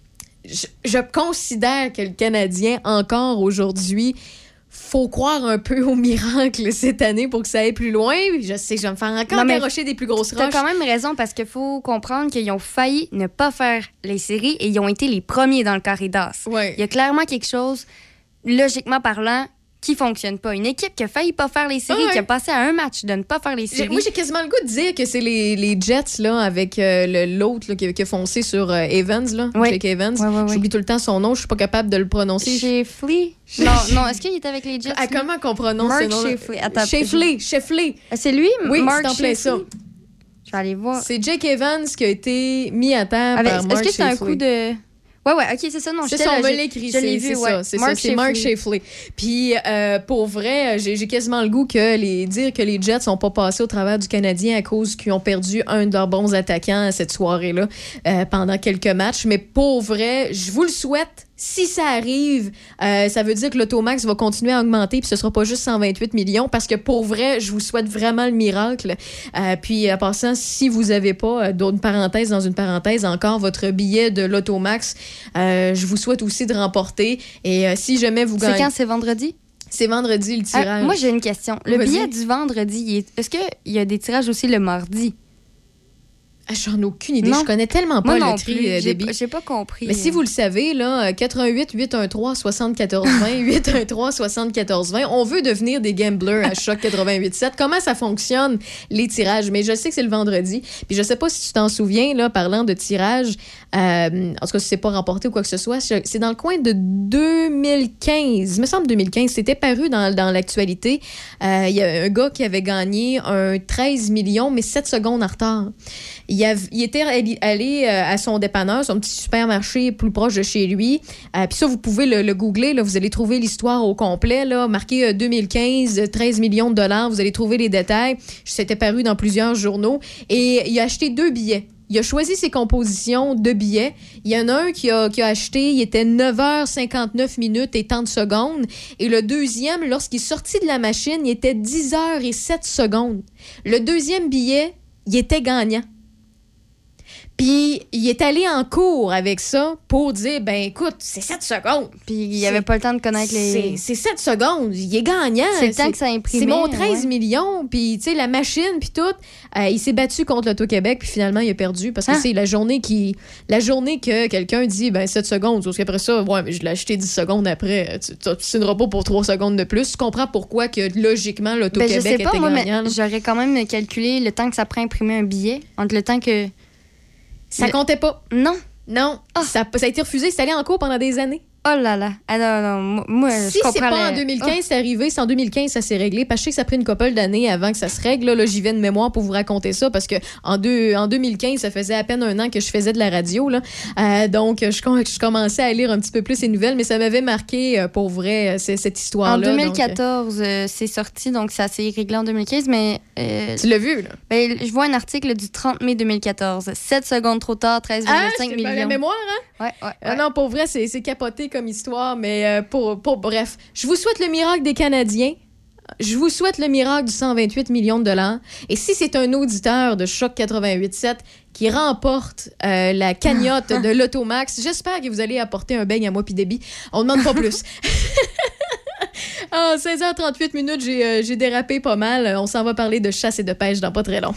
je, je considère que le Canadien, encore aujourd'hui, faut croire un peu au miracle cette année pour que ça aille plus loin. Je sais que je vais me faire encore garrocher des plus grosses roches. T'as quand même raison, parce qu'il faut comprendre qu'ils ont failli ne pas faire les séries et ils ont été les premiers dans le carré d'as. Ouais. Il y a clairement quelque chose, logiquement parlant, qui fonctionne pas. Une équipe qui a failli pas faire les séries, ah ouais. qui a passé à un match de ne pas faire les séries. Moi, j'ai quasiment le goût de dire que c'est les, les Jets, là, avec euh, le, l'autre là, qui, qui a foncé sur euh, Evans, là, oui. Jake Evans. Oui, oui, oui. J'oublie tout le temps son nom, je suis pas capable de le prononcer. Shifley? Non, non, est-ce qu'il était avec les Jets? Ah, comment qu'on prononce Mark ce nom? Shifley. Attends. Shifley, Shifley. Ah, c'est lui? Oui, Mark c'est en plein Shifley. ça. Je vais aller voir. C'est Jake Evans qui a été mis à terre avec, par Mark Est-ce que c'est un Shifley. coup de... Ouais, ouais, OK, c'est ça, non. C'est ça, on me l'écrit, c'est, vu, c'est ouais. ça, c'est Mark ça, c'est Mark Shifley. Puis, euh, pour vrai, j'ai, j'ai quasiment le goût que les dire que les Jets sont pas passés au travers du Canadien à cause qu'ils ont perdu un de leurs bons attaquants cette soirée-là euh, pendant quelques matchs. Mais pour vrai, je vous le souhaite. Si ça arrive, euh, ça veut dire que l'Automax va continuer à augmenter, puis ce sera pas juste cent vingt-huit millions, parce que pour vrai, je vous souhaite vraiment le miracle. Euh, puis, en passant, si vous avez pas, euh, d'autres parenthèses dans une parenthèse, encore votre billet de l'Automax, euh, je vous souhaite aussi de remporter. Et euh, si jamais vous gagnez... C'est quand? C'est vendredi? C'est vendredi, le tirage. Ah, moi, j'ai une question. Le Vas-y. billet du vendredi, est... est-ce qu'il y a des tirages aussi le mardi? Ah, j'en ai aucune idée. Non. Je connais tellement pas Moi le tri plus. euh, J'ai, débit. j'ai pas compris. Mais si vous le savez, là, quatre-vingt-huit huit un trois soixante-quatorze vingt, huit un trois soixante-quatorze vingt, on veut devenir des gamblers à Choc quatre-vingt-huit sept. Comment ça fonctionne, les tirages? Mais je sais que c'est le vendredi. Puis je sais pas si tu t'en souviens, là, parlant de tirage, euh, en tout cas, si c'est pas remporté ou quoi que ce soit, c'est dans le coin de deux mille quinze. Il me semble deux mille quinze. C'était paru dans, dans l'actualité. Euh, il y a un gars qui avait gagné un treize millions, mais sept secondes en retard. Il, a, il était allé à son dépanneur, son petit supermarché plus proche de chez lui. Euh, Puis ça, vous pouvez le, le googler. Là, vous allez trouver l'histoire au complet. Là, marqué euh, deux mille quinze, treize millions de dollars. Vous allez trouver les détails. C'était paru dans plusieurs journaux. Et il a acheté deux billets. Il a choisi ses compositions de billets. Il y en a un qui a, qui a acheté, il était neuf heures cinquante-neuf minutes et trente secondes. Et le deuxième, lorsqu'il est sorti de la machine, il était dix heures et sept secondes. Le deuxième billet, il était gagnant. Puis, il est allé en cours avec ça pour dire, ben écoute, c'est sept secondes. Puis, il n'y avait pas le temps de connaître les... C'est, c'est sept secondes. Il est gagnant. C'est le temps que ça imprimait. C'est mon treize ouais. millions. Puis, tu sais, la machine, puis tout. Euh, il s'est battu contre l'Auto-Québec, puis finalement, il a perdu. Parce que ah. c'est la journée qui... La journée que quelqu'un dit, ben sept secondes. Parce qu'après ça, ouais, mais je l'ai acheté dix secondes après. Tu ne signeras pas pour trois secondes de plus. Tu comprends pourquoi que, logiquement, l'Auto-Québec ben, je sais pas, était moi, gagnant. Mais j'aurais quand même calculé le temps que ça prend à imprimer un billet. Entre le temps que... Ça comptait pas. Non. Non. Oh. Ça, ça a été refusé. C'est allé en cours pendant des années. Oh là là. Ah non, non. Moi, si je comprends c'est pas le... en deux mille quinze, oh. c'est arrivé. C'est en deux mille quinze, ça s'est réglé. Parce que je sais que ça a pris une couple d'années avant que ça se règle. Là, là j'y vais de mémoire pour vous raconter ça. Parce que en, deux, en deux mille quinze, ça faisait à peine un an que je faisais de la radio. Là. Euh, donc, je, je commençais à lire un petit peu plus les nouvelles. Mais ça m'avait marqué, euh, pour vrai, c'est, cette histoire-là. En deux mille quatorze, donc, euh, c'est sorti. Donc, ça s'est réglé en deux mille quinze. Mais... Euh, tu l'as vu, là? Ben, je vois un article du trente mai deux mille quatorze. sept secondes trop tard, treize virgule cinq ah, millions. Ah, la mémoire, hein? Ouais, ouais. ouais. Ah non, pour vrai, c'est, c'est capoté comme histoire. Mais euh, pour, pour... Bref, je vous souhaite le miracle des Canadiens. Je vous souhaite le miracle du cent vingt-huit millions de dollars. Et si c'est un auditeur de Choc quatre-vingt-huit sept qui remporte euh, la cagnotte de l'Automax, j'espère que vous allez apporter un beigne à moi puis Déby. On ne demande pas plus. Ah, seize heures trente-huit minutes, j'ai, euh, j'ai dérapé pas mal. On s'en va parler de chasse et de pêche dans pas très long.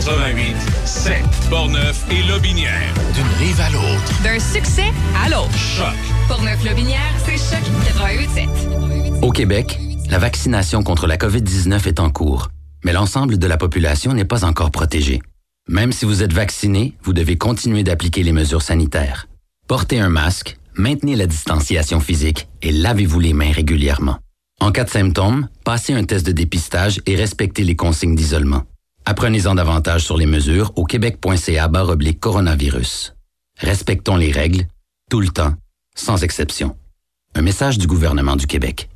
quatre-vingt-huit sept. Portneuf et Lotbinière. D'une rive à l'autre. D'un succès à l'autre. Choc. Portneuf-Lotbinière, c'est Choc quatre-vingt-huit sept. Au Québec, la vaccination contre la covid dix-neuf est en cours, mais l'ensemble de la population n'est pas encore protégée. Même si vous êtes vacciné, vous devez continuer d'appliquer les mesures sanitaires. Portez un masque, maintenez la distanciation physique et lavez-vous les mains régulièrement. En cas de symptômes, passez un test de dépistage et respectez les consignes d'isolement. Apprenez-en davantage sur les mesures au québec.ca barre oblique coronavirus. Respectons les règles, tout le temps, sans exception. Un message du gouvernement du Québec.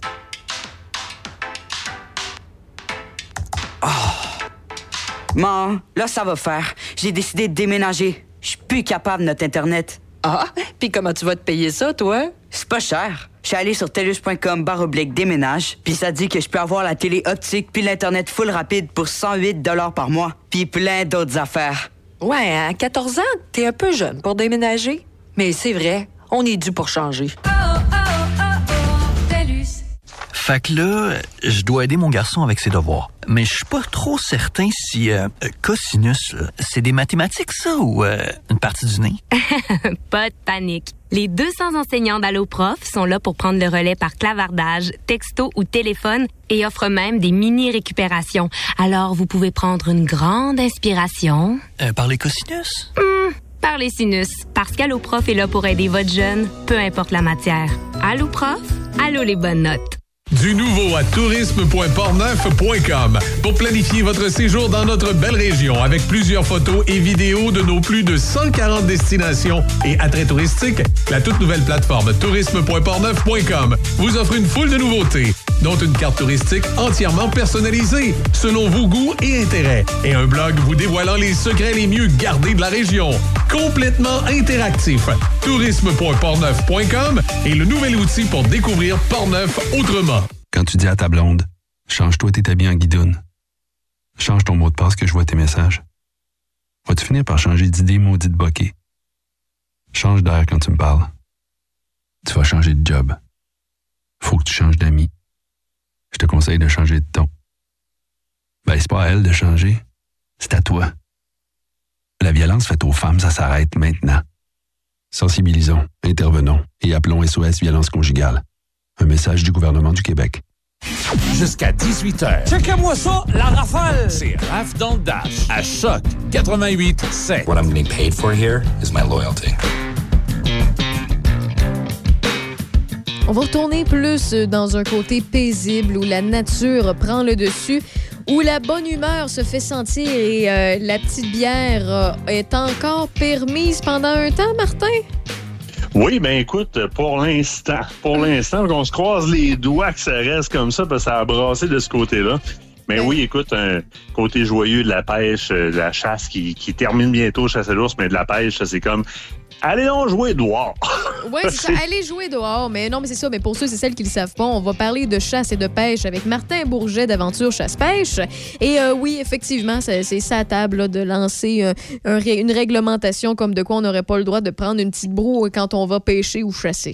Oh. Maman, là, ça va faire. J'ai décidé de déménager. Je suis plus capable de notre Internet. Ah, puis comment tu vas te payer ça, toi? C'est pas cher. Je suis allé sur telus point com barre oblique déménage, puis ça dit que je peux avoir la télé optique puis l'Internet full rapide pour cent huit dollars par mois, puis plein d'autres affaires. Ouais, à quatorze ans, t'es un peu jeune pour déménager. Mais c'est vrai, on est dû pour changer. Oh, oh, oh, oh, TELUS. Fait que là, je dois aider mon garçon avec ses devoirs. Mais je suis pas trop certain si euh, cosinus, c'est des mathématiques, ça, ou euh, une partie du nez? Pas de panique. Les deux cents enseignants d'AlloProf sont là pour prendre le relais par clavardage, texto ou téléphone et offrent même des mini-récupérations. Alors, vous pouvez prendre une grande inspiration. Euh, par les cosinus? Hum, par les sinus. Parce qu'AlloProf est là pour aider votre jeune, peu importe la matière. AlloProf, allo les bonnes notes. Du nouveau à tourisme point portneuf point com pour planifier votre séjour dans notre belle région avec plusieurs photos et vidéos de nos plus de cent quarante destinations et attraits touristiques. La toute nouvelle plateforme tourisme point portneuf point com vous offre une foule de nouveautés, dont une carte touristique entièrement personnalisée selon vos goûts et intérêts et un blog vous dévoilant les secrets les mieux gardés de la région. Complètement interactif. tourisme point portneuf point com est le nouvel outil pour découvrir Portneuf autrement. Quand tu dis à ta blonde, change-toi tes habits en guidoune. Change ton mot de passe que je vois tes messages. Vas-tu finir par changer d'idée maudite bokeh? Change d'air quand tu me parles. Tu vas changer de job. Faut que tu changes d'amis. Je te conseille de changer de ton. Ben, c'est pas à elle de changer. C'est à toi. La violence faite aux femmes, ça s'arrête maintenant. Sensibilisons, intervenons et appelons S O S Violence Conjugale. Un message du gouvernement du Québec. Jusqu'à dix-huit heures. Checkez-moi ça, la rafale! C'est Raph dans le Dash à Choc quatre-vingt-huit sept. What I'm getting paid for here is my loyalty. On va retourner plus dans un côté paisible où la nature prend le dessus, où la bonne humeur se fait sentir et euh, la petite bière euh, est encore permise pendant un temps, Martin? Oui, ben écoute, pour l'instant, pour l'instant, on se croise les doigts que ça reste comme ça, parce que ça a brassé de ce côté-là. Mais oui, écoute, un côté joyeux de la pêche, de la chasse qui, qui termine bientôt, chasse à l'ours, mais de la pêche, ça c'est comme... Allez donc jouer dehors. Oui, c'est ça. Allez jouer dehors. Mais non, mais c'est ça. Mais pour ceux et celles qui ne le savent pas, on va parler de chasse et de pêche avec Martin Bourget d'Aventure Chasse-Pêche. Et euh, oui, effectivement, c'est, c'est ça à table là, de lancer euh, un, une réglementation comme de quoi on n'aurait pas le droit de prendre une petite broue quand on va pêcher ou chasser.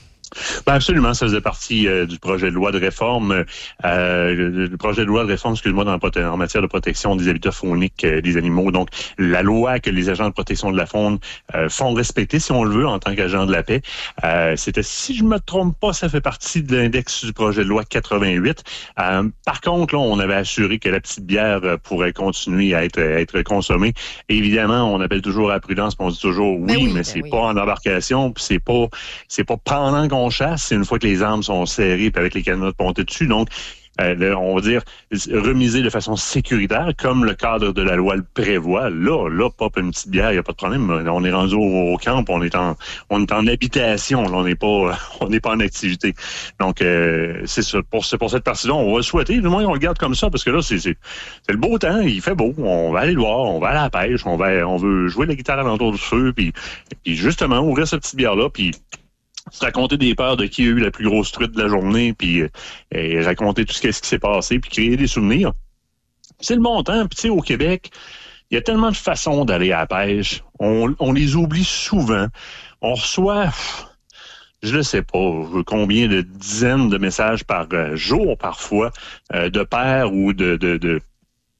Ben absolument, ça faisait partie euh, du projet de loi de réforme. Euh, le, le projet de loi de réforme, excuse-moi, dans prote- en matière de protection des habitats fauniques euh, des animaux. Donc, la loi que les agents de protection de la faune euh, font respecter, si on le veut, en tant qu'agents de la paix. Euh, c'était, si je me trompe pas, ça fait partie de l'index du projet de loi quatre-vingt-huit. Euh, par contre, là, on avait assuré que la petite bière euh, pourrait continuer à être, à être consommée. Et évidemment, on appelle toujours à la prudence, puis on dit toujours oui, ben oui mais ben c'est oui. pas en embarcation, puis c'est pas, c'est pas pendant qu'on chasse, c'est une fois que les armes sont serrées puis avec les cadenas pointés dessus. Donc, euh, on va dire, remiser de façon sécuritaire, comme le cadre de la loi le prévoit. Là, là, pop une petite bière, il n'y a pas de problème. On est rendu au, au camp, on est en, on est en habitation, là, on n'est pas, on n'est pas en activité. Donc, euh, c'est ça. Pour, c'est pour cette partie-là, on va le souhaiter. Du moins, on le garde comme ça, parce que là, c'est, c'est, c'est le beau temps, il fait beau. On va aller dehors, on va à la pêche, on va, on veut jouer la guitare alentour du feu, puis, puis justement, ouvrir cette petite bière-là, puis se raconter des peurs de qui a eu la plus grosse truite de la journée, puis et raconter tout ce qui s'est passé, puis créer des souvenirs. C'est le bon temps. Puis tu sais, au Québec, il y a tellement de façons d'aller à la pêche. On, on les oublie souvent. On reçoit, je ne sais pas, combien de dizaines de messages par jour, parfois, euh, de pères ou de... de, de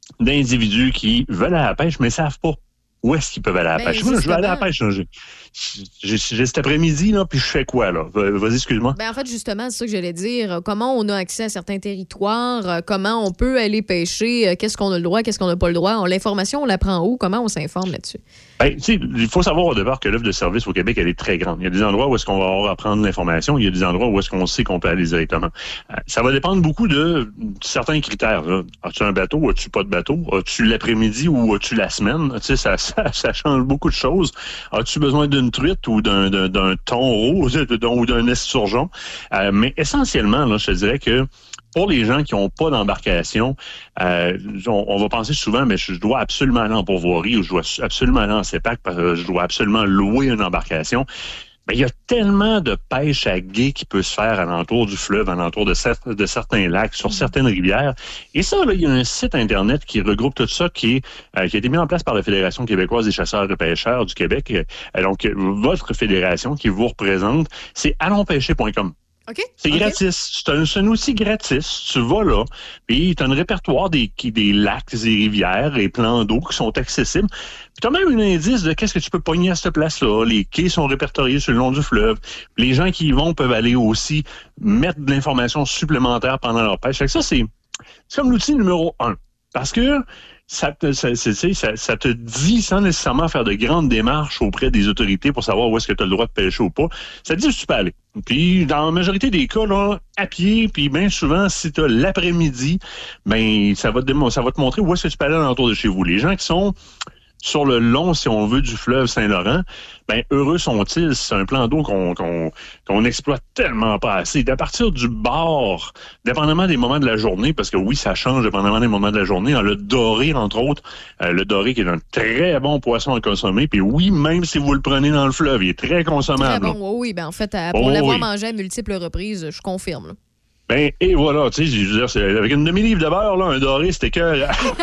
d'individus qui veulent aller à la pêche, mais ne savent pas où est-ce qu'ils peuvent aller à la Ben, pêche. Moi, je vais aller à la pêche. J'ai, j'ai, j'ai cet après-midi, là, puis je fais quoi, là? Vas-y, excuse-moi. Ben, en fait, justement, c'est ça que j'allais dire. Comment on a accès à certains territoires? euh, Comment on peut aller pêcher? euh, Qu'est-ce qu'on a le droit? Qu'est-ce qu'on n'a pas le droit? On- L'information, on la prend où? Comment on s'informe là-dessus? Ben, tu sais, il faut savoir au départ que l'offre de service au Québec, elle est très grande. Il y a des endroits où est-ce qu'on va avoir à prendre l'information, il y a des endroits où est-ce qu'on sait qu'on peut aller directement. Euh, ça va dépendre beaucoup de certains critères, là. As-tu un bateau? As-tu pas de bateau? As-tu l'après-midi ou as-tu la semaine? Tu sais, ça, ça, ça change beaucoup de choses. As-tu besoin d'une truite ou d'un, d'un, d'un thon rose ou d'un esturgeon? Euh, mais essentiellement, là, je te dirais que pour les gens qui n'ont pas d'embarcation, euh, on, on va penser souvent, mais je dois absolument aller en pourvoirie ou je dois absolument aller en CEPAC parce que je dois absolument louer une embarcation. Mais il y a tellement de pêche à gué qui peut se faire alentour du fleuve, alentour de, cer- de certains lacs, sur certaines rivières. Et ça, là, il y a un site Internet qui regroupe tout ça, qui, est, euh, qui a été mis en place par la Fédération québécoise des chasseurs et pêcheurs du Québec. Euh, donc, votre fédération qui vous représente, c'est allons pêcher point com. OK. C'est OK. gratis. C'est un, c'est un outil gratis. Tu vas là, puis tu as un répertoire des, qui- des lacs, des rivières et plans d'eau qui sont accessibles. Puis tu as même un indice de qu'est-ce que tu peux pogner à cette place-là. Les quais sont répertoriés sur le long du fleuve. Les gens qui y vont peuvent aller aussi mettre de l'information supplémentaire pendant leur pêche. Fait que ça, c'est, c'est comme l'outil numéro un. Parce que ça te, ça, c'est- c'est- ça, ça te dit, sans nécessairement faire de grandes démarches auprès des autorités pour savoir où est-ce que tu as le droit de pêcher ou pas, ça te dit où tu peux aller. Puis, dans la majorité des cas, là, à pied, puis bien souvent, si tu as l'après-midi, ben ça va te démo- ça va te montrer où est-ce que tu peux aller alentour de chez vous. Les gens qui sont sur le long, si on veut, du fleuve Saint-Laurent, ben heureux sont-ils. C'est un plan d'eau qu'on qu'on qu'on exploite tellement pas assez. À partir du bord, dépendamment des moments de la journée, parce que oui, ça change dépendamment des moments de la journée. Hein, le doré, entre autres, euh, le doré qui est un très bon poisson à consommer. Puis oui, même si vous le prenez dans le fleuve, il est très Très consommable. bon, oui, oui. Ben, en fait, à- pour Oh, l'avoir oui. mangé à multiples reprises, je confirme. là. Ben, et voilà, tu sais, je veux dire, c'est- avec une demi-livre de beurre, là, un doré, c'était que...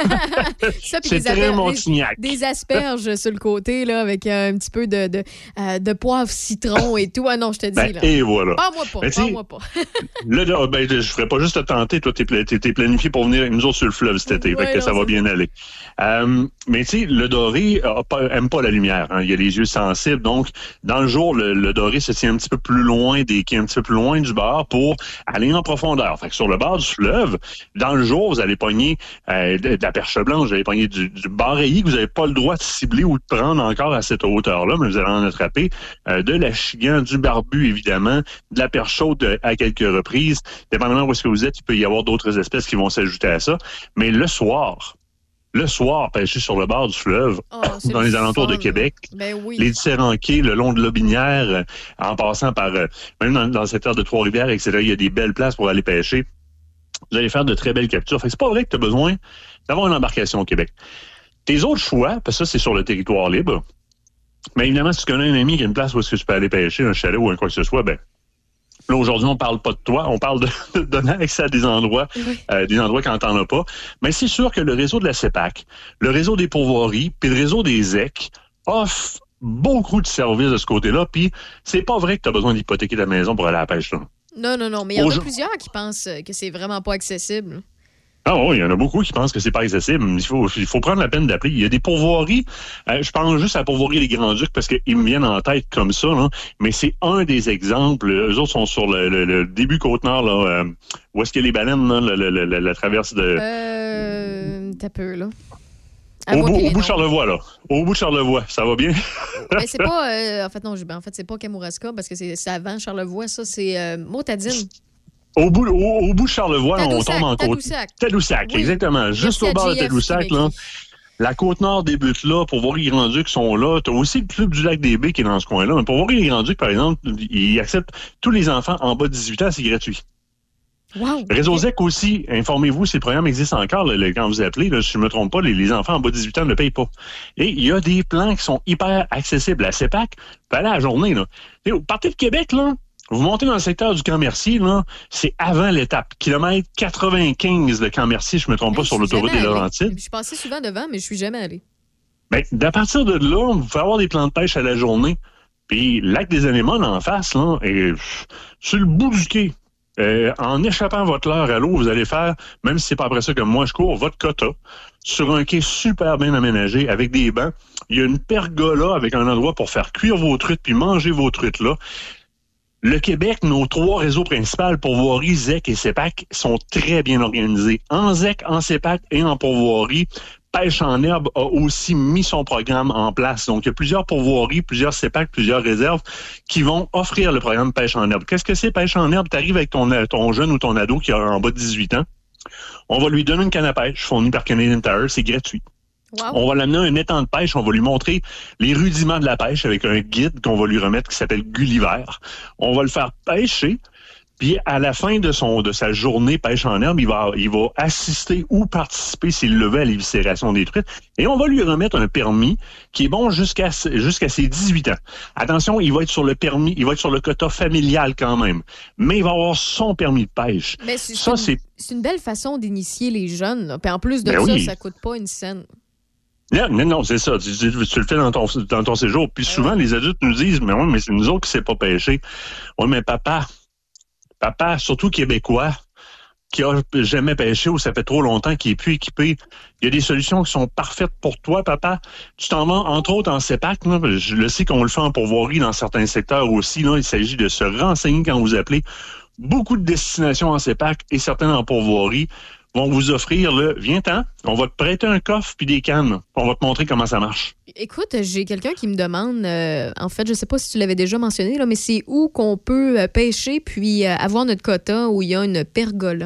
Ça, puis c'est des, très asper- Montignac. des, des asperges sur le côté, là, avec euh, un petit peu de, de, euh, de poivre citron et tout. Ah non, je te dis, Ben, là. et voilà. Parle-moi pas, Ben, tu sais, parle-moi pas. Là, là, ben, je ferais pas juste te tenter. Toi, t'es, pla- t'es, t'es planifié pour venir avec nous autres sur le fleuve cet été. Ouais, fait que non, ça va c'est bien aller. Euh, mais tu sais, le doré a pas, aime pas la lumière. Hein. Il a les yeux sensibles. Donc, dans le jour, le, le doré se tient un petit peu plus loin des quais, un petit peu plus loin du bord pour aller en profondeur. Fait que sur le bord du fleuve, dans le jour, vous allez pogner euh, de, de la perche blanche, vous allez pogner du, du bar rayé que vous n'avez pas le droit de cibler ou de prendre encore à cette hauteur-là, mais vous allez en attraper euh, de la chigan, du barbu, évidemment, de la perche chaude euh, à quelques reprises. Dépendamment où est-ce que vous êtes, il peut y avoir d'autres espèces qui vont s'ajouter à ça. Mais le soir, le soir, pêcher sur le bord du fleuve, c'est dans le les alentours fun. de Québec, Ben oui. les différents quais, le long de l'Aubinière, euh, en passant par, euh, même dans, dans le secteur de Trois-Rivières, et cetera, il y a des belles places pour aller pêcher. Vous allez faire de très belles captures. Fait que c'est pas vrai que tu as besoin d'avoir une embarcation au Québec. Tes autres choix, parce que ça, c'est sur le territoire libre, mais évidemment, si tu connais un ami qui a une place où est-ce que tu peux aller pêcher, un chalet ou un quoi que ce soit, ben là, aujourd'hui, on parle pas de toi, on parle de, de donner accès à des endroits, euh, des endroits quand t'en as pas. Mais c'est sûr que le réseau de la CEPAC, le réseau des pourvoiries, puis le réseau des Z E C offrent beaucoup de services de ce côté-là, puis c'est pas vrai que tu as besoin d'hypothéquer ta maison pour aller à la pêche, là. Non, non, non. Mais il y en a Aujourd- plusieurs qui pensent euh, que c'est vraiment pas accessible. Ah oui, il y en a beaucoup qui pensent que c'est pas accessible. Il faut, il faut prendre la peine d'appeler. Il y a des pourvoiries. Euh, je pense juste à la pourvoirie Les Grands-Ducs parce qu'ils me viennent en tête comme ça, là. Mais c'est un des exemples. Eux autres sont sur le, le- le début Côte-Nord, là, euh, où est-ce qu'il y a les baleines, là, le- le- le- la, la traverse de... Euh. T'as peu, là. au Avoue bout, qu'il au est bout de non. Charlevoix, là. Au bout de Charlevoix. Ça va bien? Mais c'est pas. euh, en fait, non, j'ai- ben, en fait, c'est pas Kamouraska parce que c'est c'est avant Charlevoix, ça. C'est euh, Motadine. Au bout, au, au bout de Charlevoix, là, on Tadoussac, tombe en côte. Tadoussac. Tadoussac, Oui. exactement. Juste Merci au à bord de J F Tadoussac, qui là. m'écrit. La Côte-Nord débute là. Pour voir les Grands-Ducs sont là. Tu as aussi le club du lac des Baies qui est dans ce coin-là. Mais pour voir les Grands-Ducs, par exemple, ils acceptent tous les enfants en bas de dix-huit ans, c'est gratuit. Wow. Réseau Z E C aussi, informez-vous si le programme existe encore. Là, quand vous appelez, là, si je ne me trompe pas, les, les enfants en bas de dix-huit ans ne le payent pas. Et il y a des plans qui sont hyper accessibles. La CEPAC peut aller à la journée. Là. Et vous partez de Québec, là, vous montez dans le secteur du Camp-Mercier, là, c'est avant l'étape. Kilomètre quatre-vingt-quinze de Camp-Mercier, je ne me trompe pas, Hey, sur je suis l'autoroute des jamais allée. Laurentides. Je suis passée souvent devant, mais je suis jamais allée. Ben, d'à partir de là, vous pouvez avoir des plans de pêche à la journée. Puis, lac des Anémones en face, là, est pff, sur le bout du quai. Euh, en échappant votre leurre à l'eau, vous allez faire, même si c'est pas après ça comme moi je cours, votre quota sur un quai super bien aménagé avec des bancs. Il y a une pergola avec un endroit pour faire cuire vos truites puis manger vos truites là. Le Québec, nos trois réseaux principaux, pourvoirie, Z E C et C E P A C, sont très bien organisés. En Z E C, en C E P A C et en pourvoirie, Pêche en herbe a aussi mis son programme en place. Donc, il y a plusieurs pourvoiries, plusieurs C E P A C, plusieurs réserves qui vont offrir le programme Pêche en herbe. Qu'est-ce que c'est Pêche en herbe? Tu arrives avec ton, ton jeune ou ton ado qui a en bas de dix-huit ans. On va lui donner une canne à pêche fournie par Canadian Tire. C'est gratuit. Wow. On va l'amener à un étang de pêche. On va lui montrer les rudiments de la pêche avec un guide qu'on va lui remettre qui s'appelle Gulliver. On va le faire pêcher. Puis à la fin de son de sa journée pêche en herbe, il va il va assister ou participer s'il le veut à l'éviscération des truites et on va lui remettre un permis qui est bon jusqu'à jusqu'à ses dix-huit ans. Attention, il va être sur le permis, il va être sur le quota familial quand même, mais il va avoir son permis de pêche. Mais c'est, ça c'est, une, c'est c'est une belle façon d'initier les jeunes. Là. Puis en plus de ben ça, oui. ça coûte pas une scène. Non, non, non, c'est ça. Tu, tu, tu le fais dans ton dans ton séjour. Puis souvent ouais. les adultes nous disent mais oui, mais c'est nous autres qui ne sait pas pêcher. Oui, mais papa Papa, surtout québécois, qui a jamais pêché ou ça fait trop longtemps qu'il est plus équipé. Il y a des solutions qui sont parfaites pour toi, papa. Tu t'en vas, entre autres, en C E P A C. Là, je le sais qu'on le fait en pourvoirie dans certains secteurs aussi. Là, il s'agit de se renseigner quand vous appelez. Beaucoup de destinations en C E P A C et certaines en pourvoirie vont vous offrir le « Viens-t'en, on va te prêter un coffre puis des cannes. On va te montrer comment ça marche. » Écoute, j'ai quelqu'un qui me demande, euh, en fait, je sais pas si tu l'avais déjà mentionné, là, mais c'est où qu'on peut pêcher puis euh, avoir notre quota où il y a une pergola?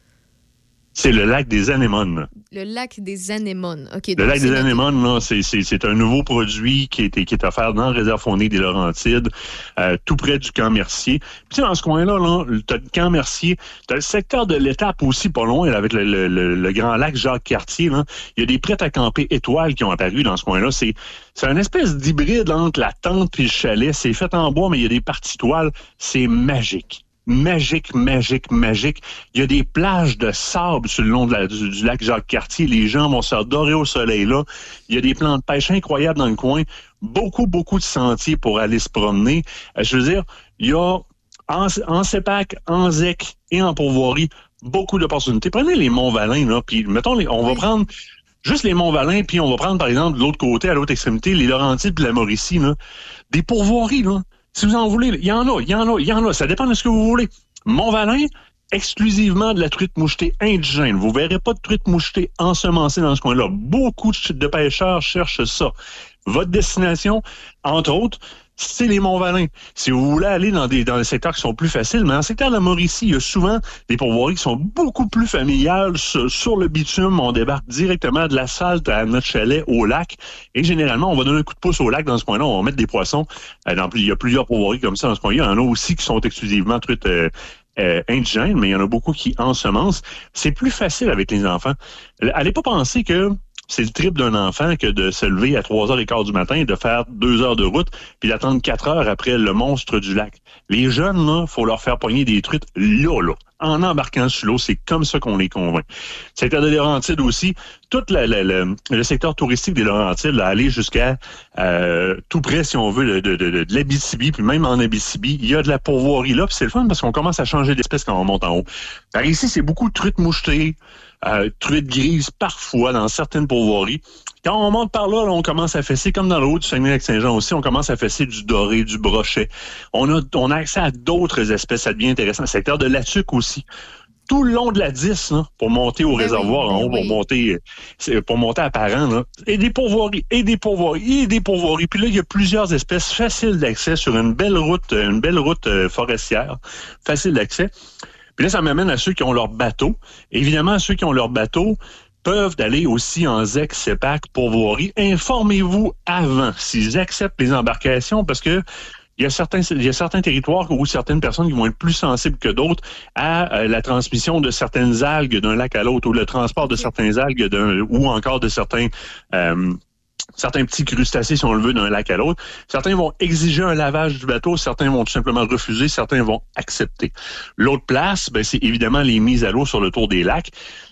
C'est le lac des Anémones. Le lac des Anémones. OK. Le lac des Anémones, là, c'est, c'est, c'est un nouveau produit qui est, qui est offert dans la réserve faunique des Laurentides, euh, tout près du camp Mercier. Puis dans ce coin-là, là, t'as le camp Mercier, t'as le secteur de l'Étape aussi, pas loin, là, avec le, le, le, le grand lac Jacques-Cartier. Là. Il y a des prêts à camper étoiles qui ont apparu dans ce coin-là. C'est, c'est une espèce d'hybride entre la tente et le chalet. C'est fait en bois, mais il y a des parties toiles. C'est magique. Magique, magique, magique. Il y a des plages de sable sur le long de la, du, du lac Jacques-Cartier. Les gens vont se dorer au soleil là. Il y a des plans de pêche incroyables dans le coin. Beaucoup, beaucoup de sentiers pour aller se promener. Je veux dire, il y a en, en C E P A C, en Z E C et en pourvoirie beaucoup d'opportunités. Prenez les Monts-Valin, là, puis mettons, les, on va prendre juste les Monts-Valin, puis on va prendre, par exemple, de l'autre côté, à l'autre extrémité, les Laurentides et la Mauricie, là. Des pourvoiries, là. Si vous en voulez, il y en a, il y en a, il y en a. Ça dépend de ce que vous voulez. Mont-Valin, exclusivement de la truite mouchetée indigène. Vous verrez pas de truite mouchetée ensemencée dans ce coin-là. Beaucoup de pêcheurs cherchent ça. Votre destination, entre autres, c'est les Monts-Valin. Si vous voulez aller dans des dans des secteurs qui sont plus faciles, mais dans le secteur de la Mauricie, il y a souvent des pourvoiries qui sont beaucoup plus familiales. Sur, sur le bitume, on débarque directement de l'asphalte à notre chalet au lac. Et généralement, on va donner un coup de pouce au lac dans ce coin-là. On va mettre des poissons. Dans, il y a plusieurs pourvoiries comme ça dans ce coin-là. Il y en a aussi qui sont exclusivement truites euh, euh, indigènes, mais il y en a beaucoup qui ensemencent. C'est plus facile avec les enfants. Allez pas penser que c'est le triple d'un enfant que de se lever à trois heures quinze du matin et de faire deux heures de route puis d'attendre quatre heures après le monstre du lac. Les jeunes, là, faut leur faire pogner des truites là, là. En embarquant sur l'eau, c'est comme ça qu'on les convainc. Secteur des Laurentides aussi, tout la, la, la, le secteur touristique des Laurentides, là, aller jusqu'à euh, tout près, si on veut, de, de, de, de l'Abitibi, puis même en Abitibi, il y a de la pourvoirie là, puis c'est le fun parce qu'on commence à changer d'espèce quand on monte en haut. Par ici, c'est beaucoup de truites mouchetées, euh, truites grises parfois dans certaines pourvoiries. Quand on monte par là, là, on commence à fesser, comme dans le haut du Saguenay-Lac-Saint-Jean aussi, on commence à fesser du doré, du brochet. On a, on a accès à d'autres espèces, ça devient intéressant. Le secteur de Latuc aussi. Tout le long de la dix, là, pour monter au ben réservoir oui, en haut, ben pour oui. monter pour monter à Parent, là, et des pourvoiries, et des pourvoiries, et des pourvoiries. Puis là, il y a plusieurs espèces faciles d'accès sur une belle route, une belle route euh, forestière, facile d'accès. Puis là, ça m'amène à ceux qui ont leur bateau. Évidemment, ceux qui ont leur bateau peuvent aller aussi en Z E C, C E P A C, pourvoirie. Informez-vous avant s'ils acceptent les embarcations parce que il y a certains, il y a certains territoires où certaines personnes qui vont être plus sensibles que d'autres à euh, la transmission de certaines algues d'un lac à l'autre ou le transport de certaines algues d'un, ou encore de certains euh, certains petits crustacés, si on le veut, d'un lac à l'autre. Certains vont exiger un lavage du bateau, certains vont tout simplement refuser, certains vont accepter. L'autre place, ben, c'est évidemment les mises à l'eau sur le tour des lacs.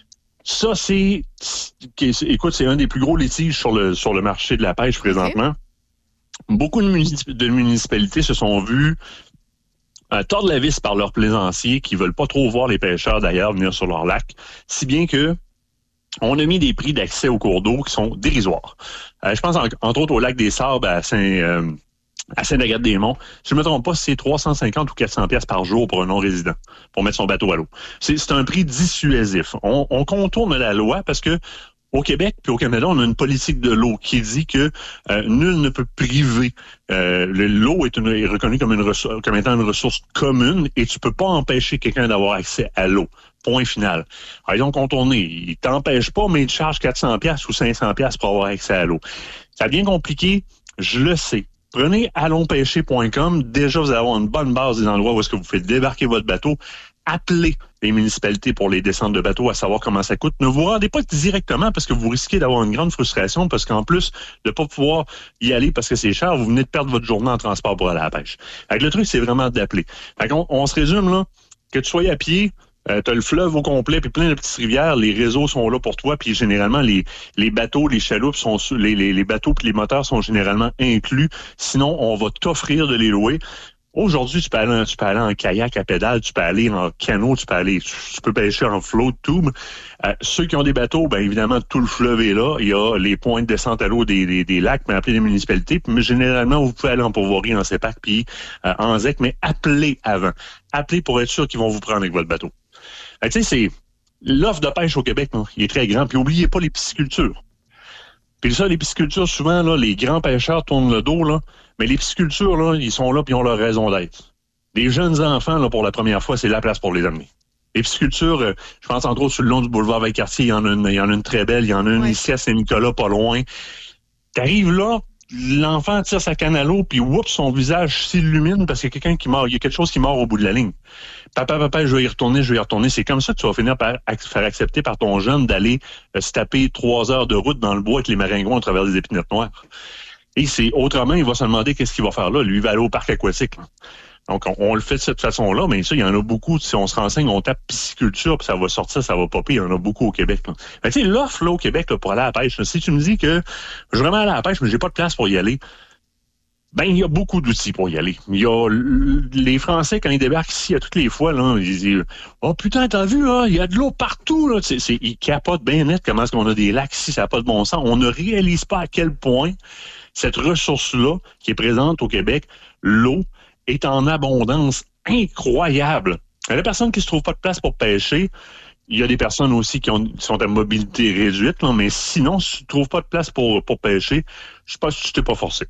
Ça, c'est, c'est, écoute, c'est un des plus gros litiges sur le, sur le marché de la pêche présentement. Okay. Beaucoup de, municip- de municipalités se sont vues euh, tordent la vis par leurs plaisanciers qui veulent pas trop voir les pêcheurs d'ailleurs venir sur leur lac, si bien que on a mis des prix d'accès aux cours d'eau qui sont dérisoires. Euh, je pense en, entre autres au lac des Sables à Saint euh, à Saint-Agathe-des-Monts. Si je ne me trompe pas, c'est trois cent cinquante ou quatre cents piastres par jour pour un non-résident, pour mettre son bateau à l'eau. C'est, c'est un prix dissuasif. On, on contourne la loi parce que au Québec puis au Canada, on a une politique de l'eau qui dit que euh, nul ne peut priver. Euh, l'eau est, une, est reconnue comme, une ressource, comme étant une ressource commune et tu peux pas empêcher quelqu'un d'avoir accès à l'eau. Point final. Alors, ils ont contourné. Ils t'empêchent pas, mais ils te chargent quatre cents piastres ou cinq cents piastres pour avoir accès à l'eau. Ça devient compliqué, je le sais. Prenez allons pêcher point com. Déjà, vous allez avoir une bonne base des endroits où est-ce que vous faites débarquer votre bateau. Appelez les municipalités pour les descentes de bateaux à savoir comment ça coûte. Ne vous rendez pas directement parce que vous risquez d'avoir une grande frustration parce qu'en plus de pas pouvoir y aller parce que c'est cher, vous venez de perdre votre journée en transport pour aller à la pêche. Fait que le truc, c'est vraiment d'appeler. Fait qu'on, on se résume, là, que tu sois à pied, Euh, t'as le fleuve au complet, puis plein de petites rivières, les réseaux sont là pour toi, puis généralement les les bateaux, les chaloupes sont les les, les bateaux puis les moteurs sont généralement inclus. Sinon, on va t'offrir de les louer. Aujourd'hui, tu peux aller, tu peux aller en kayak à pédale, tu peux aller en canot, tu peux aller, tu peux pêcher en float tube. Euh, ceux qui ont des bateaux, ben évidemment, tout le fleuve est là. Il y a les points de descente à l'eau des, des, des lacs, mais appelez les municipalités. Mais généralement, vous pouvez aller en pourvoirie, en CEPAC, puis euh, en Z E C, mais appelez avant. Appelez pour être sûr qu'ils vont vous prendre avec votre bateau. Tu sais, c'est l'offre de pêche au Québec, là, il est très grand. Puis oubliez pas les piscicultures. Puis ça, les piscicultures, souvent, là, les grands pêcheurs tournent le dos, là. Mais les piscicultures, là, ils sont là puis ils ont leur raison d'être. Les jeunes enfants, là, pour la première fois, c'est la place pour les amener. Les piscicultures, euh, je pense entre autres sur le long du boulevard Valcartier, il y en a une, il y en a une très belle, il y en a une ouais. ici à Saint-Nicolas, pas loin. T'arrives là, l'enfant tire sa canne à l'eau, puis oups, son visage s'illumine parce qu'il y a quelqu'un qui mord, il y a quelque chose qui mord au bout de la ligne. Papa, papa, je vais y retourner, je vais y retourner. C'est comme ça que tu vas finir par ac- faire accepter par ton jeune d'aller euh, se taper trois heures de route dans le bois avec les maringouins à travers les épinettes noires. Et c'est autrement, il va se demander qu'est-ce qu'il va faire là. Lui, il va aller au parc aquatique. Là. Donc, on, on le fait de cette façon-là, mais ça, il y en a beaucoup. Si on se renseigne, on tape pisciculture, puis ça va sortir, ça va popper. Il y en a beaucoup au Québec. Tu sais, l'offre là au Québec là, pour aller à la pêche, là, si tu me dis que je veux vraiment aller à la pêche, mais j'ai pas de place pour y aller, ben il y a beaucoup d'outils pour y aller. Il y a les Français, quand ils débarquent ici à toutes les fois, là, ils disent « Oh putain, t'as vu, hein, il y a de l'eau partout. » là. C'est, c'est, ils capotent bien net comment est-ce qu'on a des lacs ici, ça n'a pas de bon sens. On ne réalise pas à quel point cette ressource-là, qui est présente au Québec, l'eau, est en abondance incroyable. Il y a des personnes qui ne se trouvent pas de place pour pêcher. Il y a des personnes aussi qui, ont, qui sont à mobilité réduite, là, mais sinon, si tu ne trouves pas de place pour, pour pêcher, je sais pas si tu t'es pas forcé.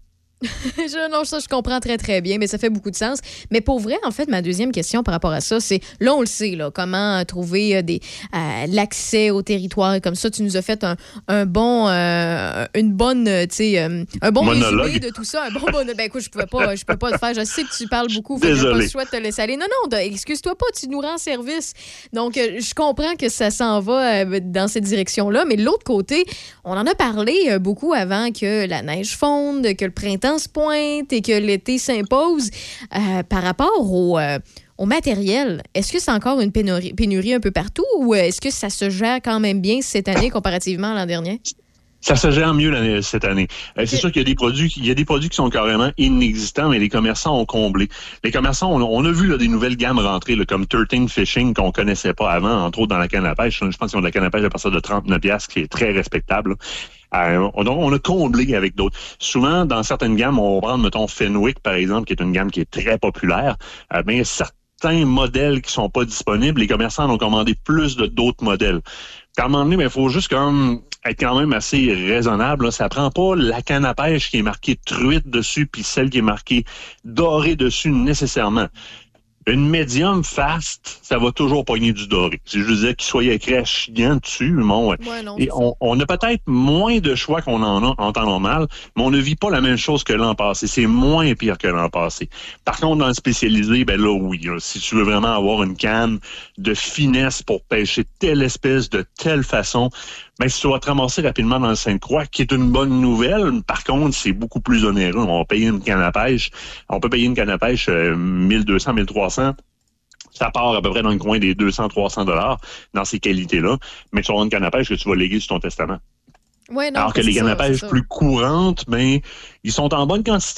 je, non, ça, je comprends très, très bien, mais ça fait beaucoup de sens. Mais pour vrai, en fait, ma deuxième question par rapport à ça, c'est, là, on le sait, là, comment trouver des, euh, l'accès au territoire. Comme ça, tu nous as fait un, un bon, euh, une bonne, tu sais, euh, un bon monologue. Résumé de tout ça. Un bon monologue. Ben, écoute, je pouvais pas, je peux pas le faire. Je sais que tu parles beaucoup. Fait que j'ai pas le choix de te laisser aller. Non, non, de, excuse-toi pas, tu nous rends service. Donc, euh, je comprends que ça s'en va euh, dans cette direction-là. Mais de l'autre côté, on en a parlé euh, beaucoup avant que la neige fonde, que le printemps se pointe et que l'été s'impose. Euh, par rapport au, euh, au matériel, est-ce que c'est encore une pénurie, pénurie un peu partout ou est-ce que ça se gère quand même bien cette année comparativement à l'an dernier? Ça se gère mieux l'année, cette année. Euh, c'est sûr qu'il y a des produits, il y a des produits qui sont carrément inexistants, mais les commerçants ont comblé. Les commerçants, on, on a vu là, des nouvelles gammes rentrer, là, comme thirteen Fishing qu'on connaissait pas avant, entre autres dans la canne à pêche. Je pense qu'ils ont de la canne à pêche à partir de trente-neuf piastres, qui est très respectable. Euh, donc, on a comblé avec d'autres. Souvent, dans certaines gammes, on va prendre, mettons, Fenwick, par exemple, qui est une gamme qui est très populaire. Euh, ben, certains modèles qui sont pas disponibles, les commerçants ont commandé plus de d'autres modèles. À un moment donné, il faut juste comme être quand même assez raisonnable. Là. Ça prend pas la canne à pêche qui est marquée truite dessus puis celle qui est marquée dorée dessus nécessairement. Une médium fast, ça va toujours pogner du doré. Si je disais qu'il soit écrit à chiant dessus, bon, ouais. Ouais, non, et on, on a peut-être moins de choix qu'on en a en temps normal, mais on ne vit pas la même chose que l'an passé. C'est moins pire que l'an passé. Par contre, dans le spécialisé, ben là, oui. Là, si tu veux vraiment avoir une canne de finesse pour pêcher telle espèce de telle façon, ben, si tu vas te ramasser rapidement dans le Sainte-Croix, qui est une bonne nouvelle, par contre, c'est beaucoup plus onéreux. On va payer une canne à pêche. On peut payer une canne à pêche euh, mille deux cents, mille trois cents. Ça part à peu près dans le coin des deux cents, trois cents dollars dans ces qualités-là. Mais tu auras une canne à pêche que tu vas léguer sur ton testament. Ouais, non, alors que les cannes à pêche plus courantes, ben, ils sont en bonne quantité,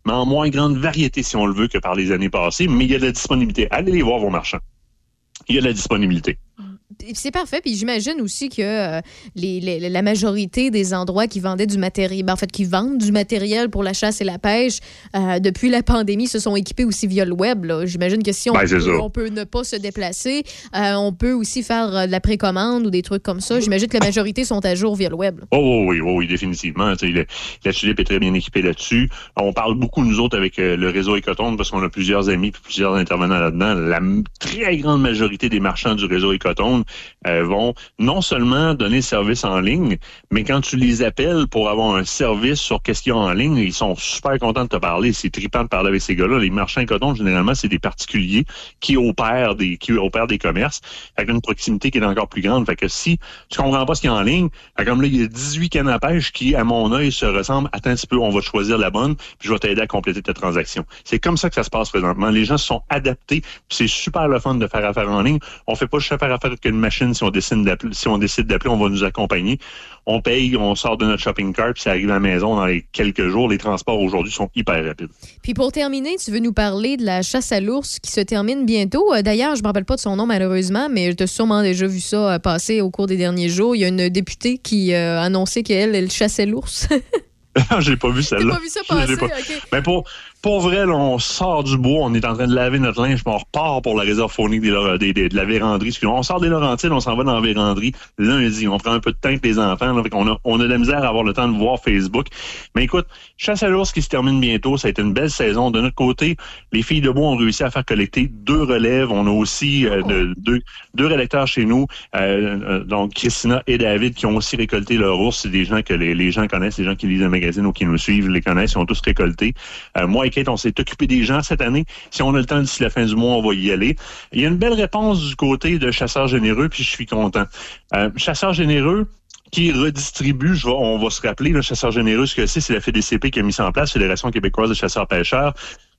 mais en moins grande variété, si on le veut, que par les années passées. Mais il y a de la disponibilité. Allez les voir, vos marchands. Il y a de la disponibilité. C'est parfait. Puis j'imagine aussi que euh, les, les, la majorité des endroits qui vendaient du matériel, ben en fait, qui vendent du matériel pour la chasse et la pêche, euh, depuis la pandémie, se sont équipés aussi via le web. Là. J'imagine que si on, ben, peut, on peut ne pas se déplacer, euh, on peut aussi faire euh, de la précommande ou des trucs comme ça. J'imagine que la majorité sont à jour via le web. Là. Oh, oh oui, oh, oui, définitivement. Le, la Tulipe est très bien équipée là-dessus. On parle beaucoup, nous autres, avec euh, le réseau Écotonde, parce qu'on a plusieurs amis et plusieurs intervenants là-dedans. La m- très grande majorité des marchands du réseau Écotonde euh, vont non seulement donner service en ligne, mais quand tu les appelles pour avoir un service sur qu'est-ce qu'il y a en ligne, ils sont super contents de te parler. C'est trippant de parler avec ces gars-là. Les marchands Écotonde, généralement, c'est des particuliers qui opèrent des qui opèrent des commerces avec une proximité qui est encore plus grande. Fait que si tu comprends pas ce qu'il y a en ligne, comme là, il y a dix-huit cannes à pêche qui, à mon œil, se ressemblent. Attends un petit peu, on va te choisir la bonne, puis je vais t'aider à compléter ta transaction. C'est comme ça que ça se passe présentement. Les gens se sont adaptés. C'est super le fun de faire affaire en ligne. On fait pas juste faire affaire avec une machine. Si on décide d'appeler, si on décide d'appeler, on va nous accompagner. On paye, on sort de notre shopping cart, puis ça arrive à la maison dans les quelques jours. Les transports aujourd'hui sont hyper rapides. Puis pour terminer, tu veux nous parler de la chasse à l'ours qui se termine bientôt. D'ailleurs, je me rappelle pas de son nom malheureusement, mais tu as sûrement déjà vu ça passer au cours des derniers jours. Il y a une députée qui euh, a annoncé qu'elle, elle chassait l'ours. J'ai pas vu celle-là. J'ai pas vu ça passer, pas... OK. Mais pour, pour vrai, là, on sort du bois, on est en train de laver notre linge, puis on repart pour la réserve faunique des, des, des, de la Vérandrie. Excusez-moi. On sort des Laurentides, on s'en va dans la Vérandrie lundi. On prend un peu de temps avec les enfants. Là, on, a, on a de la misère à avoir le temps de voir Facebook. Mais écoute, chasse à l'ours qui se termine bientôt. Ça a été une belle saison. De notre côté, les filles de bois ont réussi à faire collecter deux relèves. On a aussi euh, de, deux, deux relecteurs chez nous, euh, euh, donc Christina et David, qui ont aussi récolté leur ours. C'est des gens que les, les gens connaissent, les gens qui lisent le magazine ou qui nous suivent les connaissent, ils ont tous récolté. Euh, moi et Kate, on s'est occupé des gens cette année. Si on a le temps d'ici la fin du mois, on va y aller. Il y a une belle réponse du côté de Chasseurs généreux, puis je suis content. Euh, Chasseurs généreux, qui redistribue, je vais, on va se rappeler, le Chasseurs généreux, ce que c'est, c'est la F D C P qui a mis ça en place, Fédération québécoise de chasseurs-pêcheurs.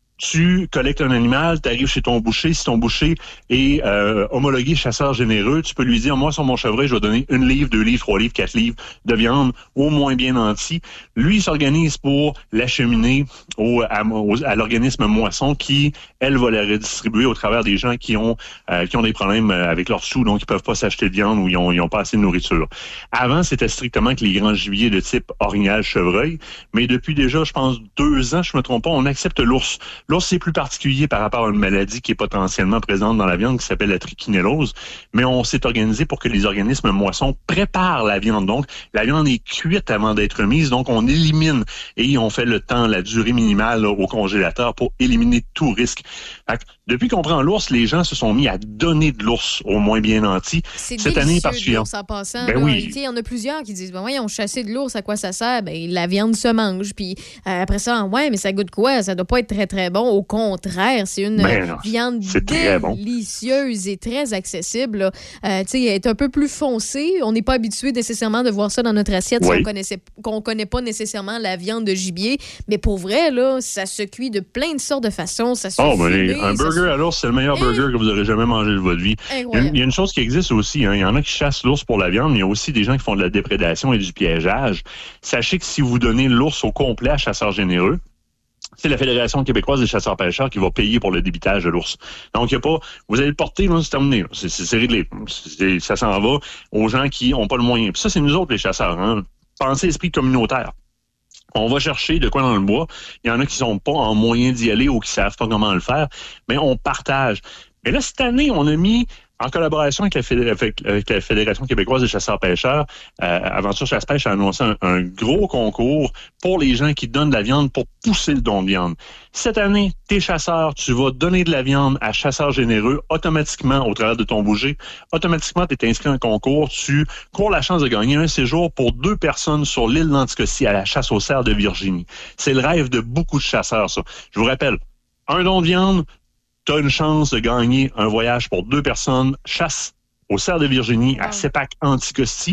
Tu collectes un animal, tu arrives chez ton boucher. Si ton boucher est euh, homologué chasseur généreux, tu peux lui dire, moi, sur mon chevreuil, je vais donner une livre, deux livres, trois livres, quatre livres de viande, au moins bien nanti. Lui, il s'organise pour l'acheminer au, à, au, à l'organisme Moisson qui, elle, va la redistribuer au travers des gens qui ont euh, qui ont des problèmes avec leurs sous, donc ils peuvent pas s'acheter de viande ou ils ont, ils ont pas assez de nourriture. Avant, c'était strictement que les grands gibiers de type orignal, chevreuil, mais depuis déjà, je pense, deux ans, je me trompe pas, on accepte l'ours. L'ours, c'est plus particulier par rapport à une maladie qui est potentiellement présente dans la viande qui s'appelle la trichinellose, mais on s'est organisé pour que les organismes Moisson préparent la viande. Donc, la viande est cuite avant d'être mise, donc on élimine et on fait le temps, la durée minimale là, au congélateur pour éliminer tout risque. Fait que, depuis qu'on prend l'ours, les gens se sont mis à donner de l'ours au moins bien nanti. C'est cette année particulièrement. En passant, ben là, oui. Il y en a plusieurs qui disent, ben voyons, chasser de l'ours, à quoi ça sert? Ben, la viande se mange. Puis euh, après ça, ouais, mais ça goûte quoi? Ça doit pas être très, très bon. Au contraire, c'est une ben non, viande délicieuse bon. Et très accessible. Euh, tu sais, elle est un peu plus foncée. On n'est pas habitué nécessairement de voir ça dans notre assiette oui. si on connaissait, qu'on connaît pas nécessairement la viande de gibier. Mais pour vrai, là, ça se cuit de plein de sortes de façons. Ça se oh, ben, fumé, un burger se... à l'ours, c'est le meilleur burger que vous aurez jamais mangé de votre vie. Il y, a, il y a une chose qui existe aussi. Hein. Il y en a qui chassent l'ours pour la viande, mais il y a aussi des gens qui font de la déprédation et du piégeage. Sachez que si vous donnez l'ours au complet à chasseurs généreux, c'est la Fédération québécoise des chasseurs-pêcheurs qui va payer pour le débitage de l'ours. Donc, il y a pas, vous allez le porter, là, c'est terminé. C'est, c'est, c'est réglé. C'est, ça s'en va aux gens qui n'ont pas le moyen. Puis ça, c'est nous autres, les chasseurs. Hein. Pensez esprit communautaire. On va chercher de quoi dans le bois. Il y en a qui sont pas en moyen d'y aller ou qui savent pas comment le faire, mais on partage. Mais là, cette année, on a mis, en collaboration avec la, Fédé- avec, avec la Fédération québécoise des chasseurs-pêcheurs, euh, Aventure Chasse-Pêche a annoncé un, un gros concours pour les gens qui donnent de la viande pour pousser le don de viande. Cette année, t'es chasseur, tu vas donner de la viande à chasseurs généreux automatiquement au travers de ton bouger. Automatiquement, tu es inscrit à un concours. Tu cours la chance de gagner un séjour pour deux personnes sur l'île d'Anticosti à la chasse aux cerfs de Virginie. C'est le rêve de beaucoup de chasseurs, ça. Je vous rappelle, un don de viande, tu as une chance de gagner un voyage pour deux personnes, chasse aux cerfs de Virginie, à Sepac Anticosti.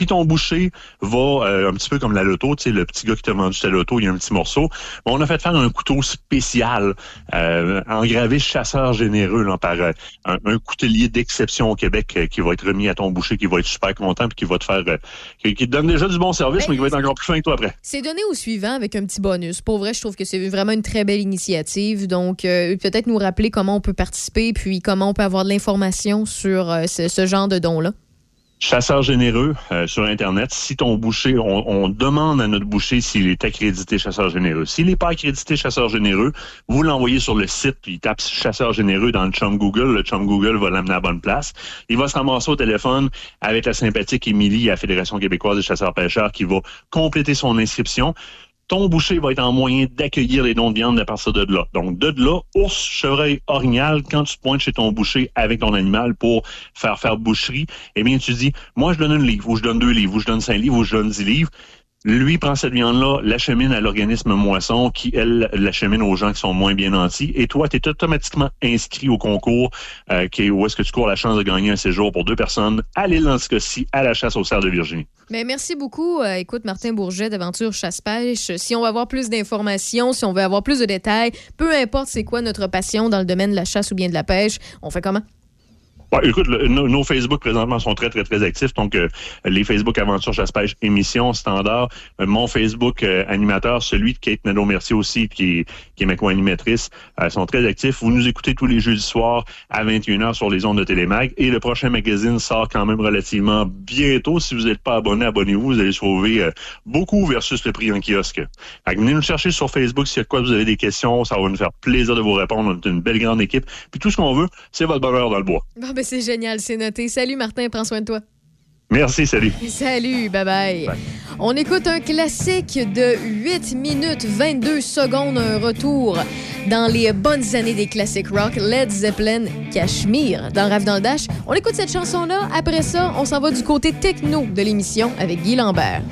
Puis ton boucher va, euh, un petit peu comme la loto, tu sais, le petit gars qui t'a vendu ta loto, il y a un petit morceau. Bon, on a fait faire un couteau spécial, euh, engravé chasseur généreux là, par euh, un, un coutelier d'exception au Québec euh, qui va être remis à ton boucher, qui va être super content, puis qui va te faire, euh, qui, qui te donne déjà du bon service, ben, mais qui va être encore plus fin que toi après. C'est donné au suivant avec un petit bonus. Pour vrai, je trouve que c'est vraiment une très belle initiative. Donc, euh, peut-être nous rappeler comment on peut participer, puis comment on peut avoir de l'information sur euh, ce, ce genre de don-là. Chasseur généreux euh, sur Internet. Si ton boucher, on, on demande à notre boucher s'il est accrédité chasseur généreux. S'il n'est pas accrédité chasseur généreux, vous l'envoyez sur le site, puis il tape chasseur généreux dans le chum Google. Le chum Google va l'amener à la bonne place. Il va se ramasser au téléphone avec la sympathique Émilie à la Fédération québécoise des chasseurs-pêcheurs qui va compléter son inscription. Ton boucher va être en moyen d'accueillir les dons de viande à partir de là. Donc, de là, ours, chevreuil, orignal, quand tu te pointes chez ton boucher avec ton animal pour faire faire boucherie, eh bien, tu dis, moi, je donne une livre, ou je donne deux livres, ou je donne cinq livres, ou je donne dix livres. Lui prend cette viande-là, l'achemine à l'organisme Moisson, qui, elle, l'achemine aux gens qui sont moins bien nantis. Et toi, tu es automatiquement inscrit au concours euh, qui est, où est-ce que tu cours la chance de gagner un séjour pour deux personnes à l'île d'Anticosti, à la chasse aux cerfs de Virginie. Mais merci beaucoup. Euh, écoute, Martin Bourget d'Aventure Chasse-Pêche. Si on veut avoir plus d'informations, si on veut avoir plus de détails, peu importe c'est quoi notre passion dans le domaine de la chasse ou bien de la pêche, on fait comment? Ouais, écoute, le, nos, nos Facebook présentement sont très, très, très actifs. Donc, euh, les Facebook Aventure Chasse-Pêche émission standard, euh, mon Facebook euh, animateur, celui de Kate Nadeau-Mercier aussi, qui est, qui est ma co-animatrice, euh, sont très actifs. Vous nous écoutez tous les jeudis soirs à vingt et une heures sur les ondes de Télémag. Et le prochain magazine sort quand même relativement bientôt. Si vous n'êtes pas abonné, abonnez-vous. Vous allez sauver euh, beaucoup versus le prix en kiosque. Fait que venez nous chercher sur Facebook s'il y a quoi vous avez des questions. Ça va nous faire plaisir de vous répondre. On est une belle grande équipe. Puis tout ce qu'on veut, c'est votre bonheur dans le bois. Bon, ben c'est génial, c'est noté. Salut Martin, prends soin de toi. Merci, salut. Salut, bye bye. Bye. On écoute un classique de huit minutes vingt-deux secondes, un retour dans les bonnes années des classiques rock, Led Zeppelin, Cachemire, dans Rave dans le Dash. On écoute cette chanson-là. Après ça, on s'en va du côté techno de l'émission avec Guy Lambert.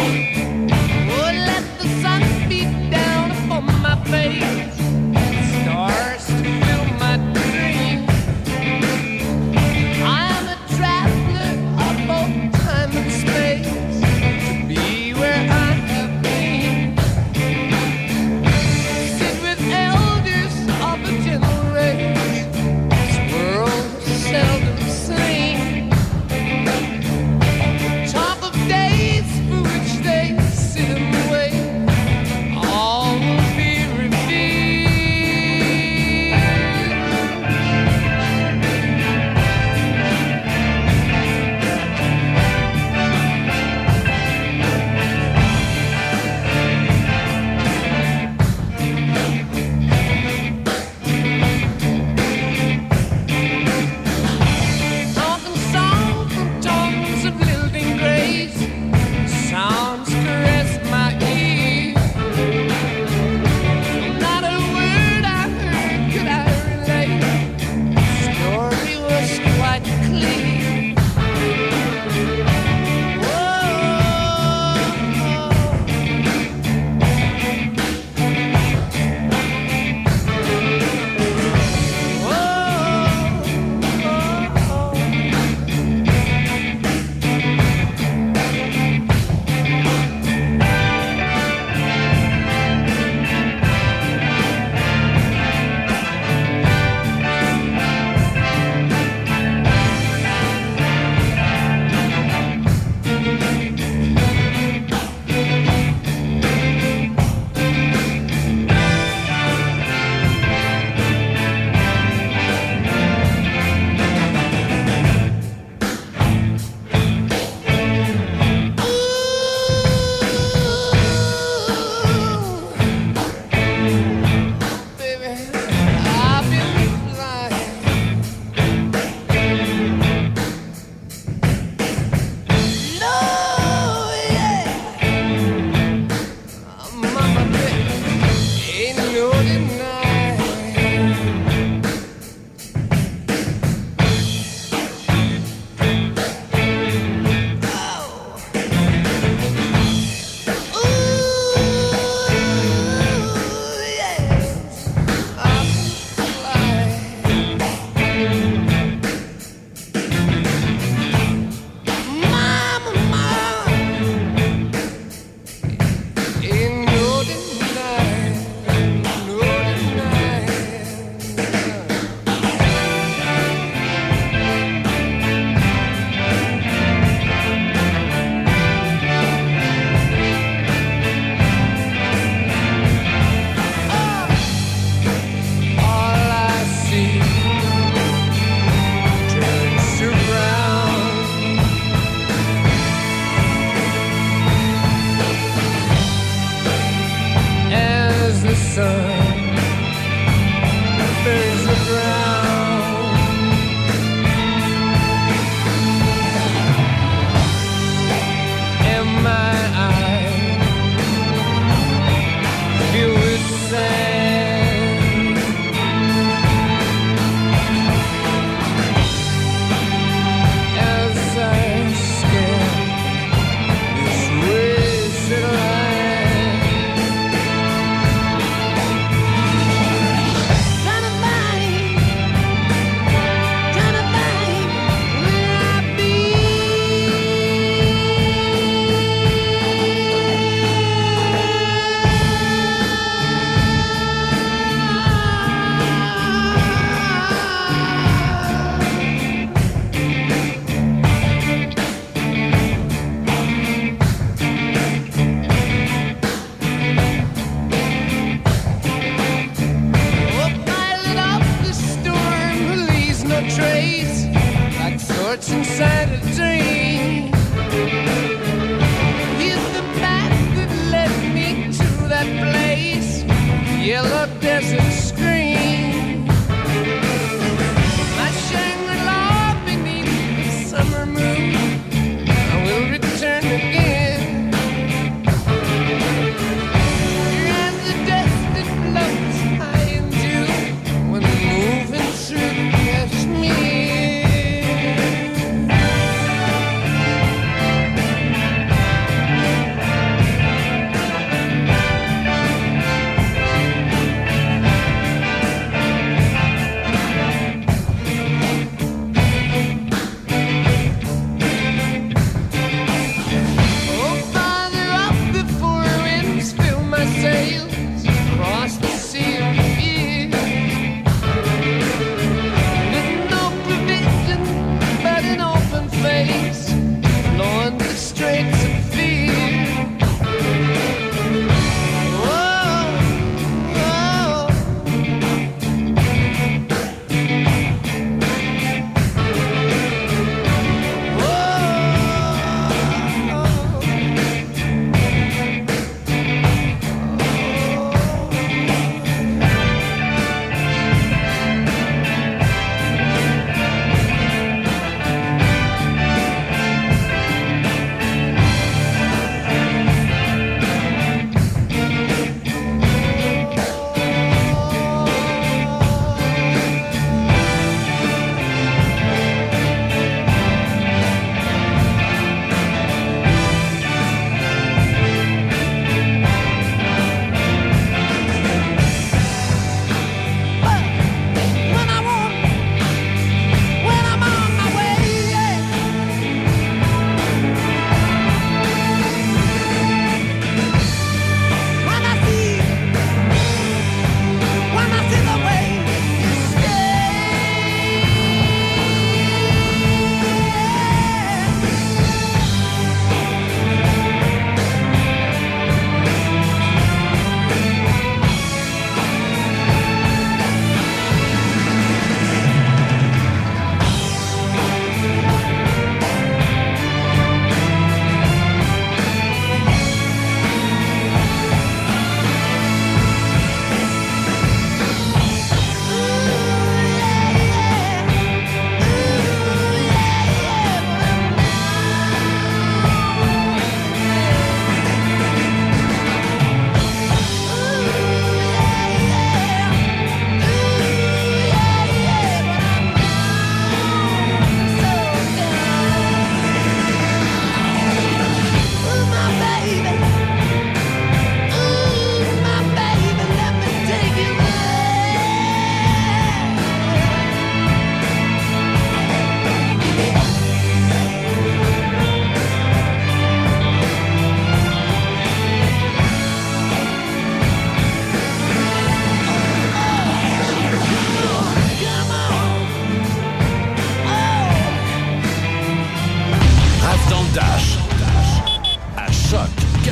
Oh, let the sun beat down upon my face. Stars to fill my dreams. I'm a traveler of both time and space to be where I have been. Sit with elders of a gentle race. This world is seldom seen. Talk of days for which they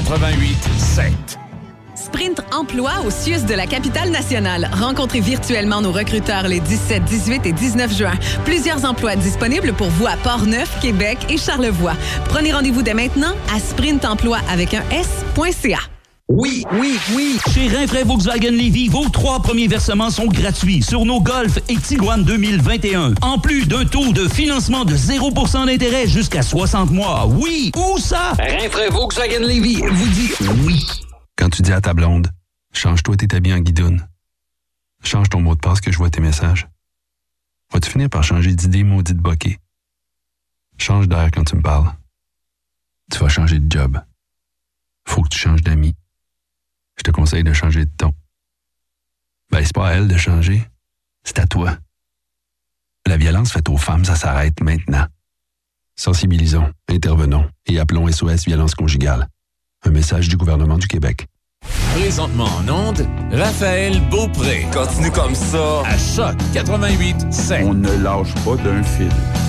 quatre-vingt-huit sept. Sprint Emploi au C I U S de la capitale nationale. Rencontrez virtuellement nos recruteurs les dix-sept, dix-huit et dix-neuf juin. Plusieurs emplois disponibles pour vous à Portneuf, Québec et Charlevoix. Prenez rendez-vous dès maintenant à sprintemploi avec un S.ca. Oui, oui, oui! Chez Rinfraie Volkswagen Lévy, vos trois premiers versements sont gratuits sur nos Golf et Tiguan deux mille vingt et un. En plus d'un taux de financement de zéro pour cent d'intérêt jusqu'à soixante mois. Oui! Où ça? Rinfraie Volkswagen Lévy vous dit oui. Quand tu dis à ta blonde, change-toi tes habits en guidoune. Change ton mot de passe que je vois tes messages. Vas-tu finir par changer d'idée maudite bokeh? Change d'air quand tu me parles. Tu vas changer de job. Faut que tu changes d'amis. Je te conseille de changer de ton. Ben, c'est pas à elle de changer. C'est à toi. La violence faite aux femmes, ça s'arrête maintenant. Sensibilisons, intervenons et appelons S O S Violence Conjugale. Un message du gouvernement du Québec. Présentement en onde, Raphaël Beaupré. Continue comme ça. À Choc quatre-vingt-huit sept. On ne lâche pas d'un fil.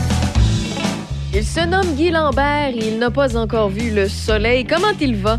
Il se nomme Guy Lambert et il n'a pas encore vu le soleil. Comment il va?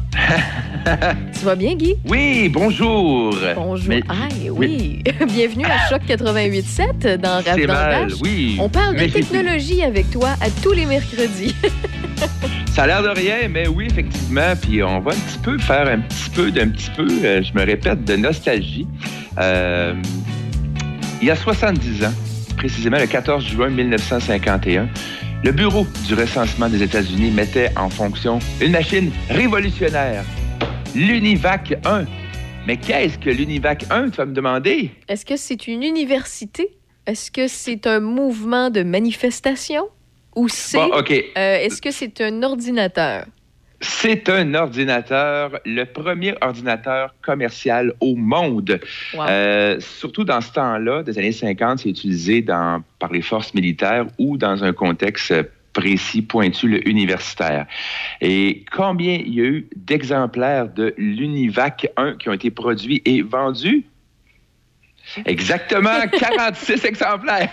Tu vas bien, Guy? Oui, bonjour. Bonjour. Mais, Aïe, oui. Mais... Bienvenue à Choc quatre-vingt-huit sept dans Rap d'Angage. Oui. On parle mais de technologie avec toi à tous les mercredis. Ça a l'air de rien, mais oui, effectivement. Puis on va un petit peu faire un petit peu d'un petit peu, euh, je me répète, de nostalgie. Euh, il y a soixante-dix ans, précisément le quatorze juin mille neuf cent cinquante et un, le Bureau du recensement des États-Unis mettait en fonction une machine révolutionnaire, l'Univac un. Mais qu'est-ce que l'Univac un, tu vas me demander? Est-ce que c'est une université? Est-ce que c'est un mouvement de manifestation? Ou c'est... Bon, OK. Euh, est-ce que c'est un ordinateur? C'est un ordinateur, le premier ordinateur commercial au monde. Wow. Euh, surtout dans ce temps-là, des années cinquante, c'est utilisé dans, par les forces militaires ou dans un contexte précis, pointu, le universitaire. Et combien il y a eu d'exemplaires de l'Univac un qui ont été produits et vendus? Exactement, quarante-six exemplaires.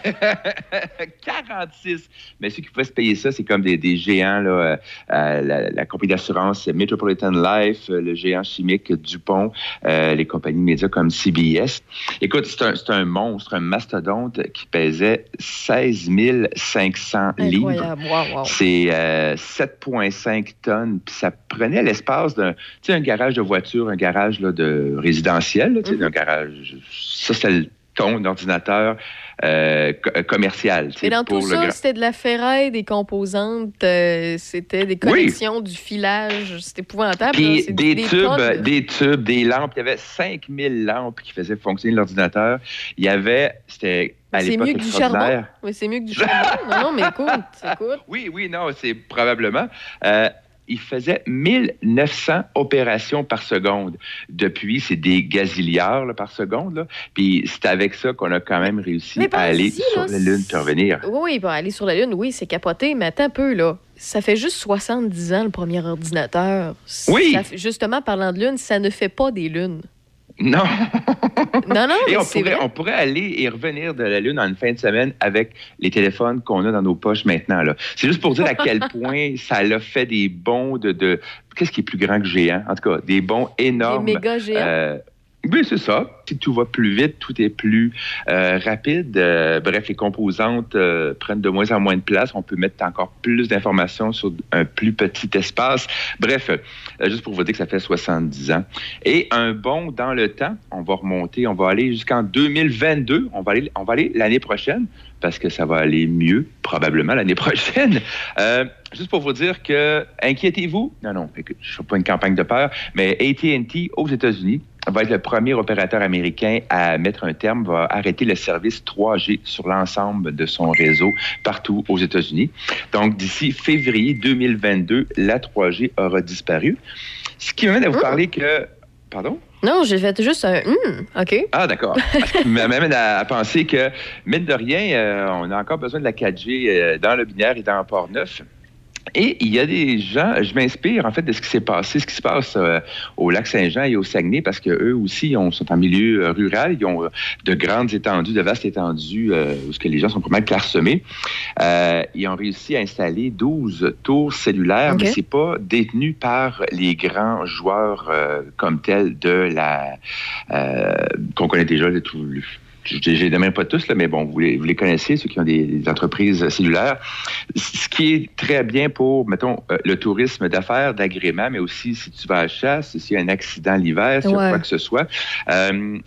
quarante-six. Mais ceux qui pouvaient se payer ça, c'est comme des, des géants, là, euh, la, la compagnie d'assurance Metropolitan Life, le géant chimique DuPont, euh, les compagnies médias comme C B S. Écoute, c'est un, c'est un monstre, un mastodonte qui pesait seize mille cinq cents livres. Wow, wow. C'est euh, sept virgule cinq tonnes. Puis ça prenait l'espace d'un, tu sais, un garage de voiture, un garage là, de résidentiel, là, tu sais, mm-hmm. un garage... Ça, c'est ton ordinateur euh, co- commercial. Et dans tout ça, gra- c'était de la ferraille, des composantes, euh, c'était des connexions, oui. du filage, c'était épouvantable. Puis là, des, des, tubes, tonnes. des tubes, des lampes. Il y avait cinq mille lampes qui faisaient fonctionner l'ordinateur. Il y avait, c'était à c'est l'époque mieux que du charbon. Oui, c'est mieux que du charbon. non, non, mais écoute, écoute. Oui, oui, non, c'est probablement... Euh, il faisait mille neuf cents opérations par seconde. Depuis, c'est des gazilliards là, par seconde. Là. Puis c'est avec ça qu'on a quand même réussi à aller ici, sur là, la Lune puis revenir. Oui, bon, aller sur la Lune, oui, c'est capoté, mais attends un peu, là. Ça fait juste soixante-dix ans, le premier ordinateur. Oui! Ça, justement, parlant de Lune, ça ne fait pas des lunes. Non. non, non, et mais on c'est pourrait, vrai. on pourrait aller et revenir de la Lune en une fin de semaine avec les téléphones qu'on a dans nos poches maintenant. Là. C'est juste pour dire à quel point ça l'a fait des bonds de, de... Qu'est-ce qui est plus grand que géant? En tout cas, des bonds énormes. Des méga géants. Euh, oui, c'est ça. Si tout va plus vite, tout est plus euh, rapide. Euh, bref, les composantes euh, prennent de moins en moins de place. On peut mettre encore plus d'informations sur un plus petit espace. Bref, euh, juste pour vous dire que ça fait soixante-dix ans. Et un bond dans le temps, on va remonter, on va aller jusqu'en deux mille vingt-deux. On va aller, on va aller l'année prochaine parce que ça va aller mieux, probablement, l'année prochaine. Euh, juste pour vous dire que, inquiétez-vous, non, non, je ne fais pas une campagne de peur, mais A T and T aux États-Unis va être le premier opérateur américain à mettre un terme, va arrêter le service trois G sur l'ensemble de son réseau partout aux États-Unis. Donc, d'ici février deux mille vingt-deux, la trois G aura disparu. Ce qui m'amène à vous parler que... Pardon? Non, j'ai fait juste un hum, OK. Ah, d'accord. Ce qui m'amène à, à penser que, mine de rien, euh, on a encore besoin de la quatre G euh, dans le binaire et dans Port-Neuf. Et il y a des gens, je m'inspire en fait de ce qui s'est passé, ce qui se passe euh, au Lac-Saint-Jean et au Saguenay, parce qu'eux aussi ont, sont en milieu euh, rural, ils ont euh, de grandes étendues, de vastes étendues euh, où ce que les gens sont vraiment clairsemés. Euh, ils ont réussi à installer douze tours cellulaires, okay. mais c'est pas détenu par les grands joueurs euh, comme tels de la euh, qu'on connaît déjà, les tout. Je ne les nomme pas tous, là, mais bon, vous les, vous les connaissez, ceux qui ont des, des entreprises cellulaires. Ce qui est très bien pour, mettons, euh, le tourisme d'affaires, d'agrément, mais aussi si tu vas à la chasse, s'il y a un accident l'hiver, s'il y a ouais. quoi que ce soit. Euh,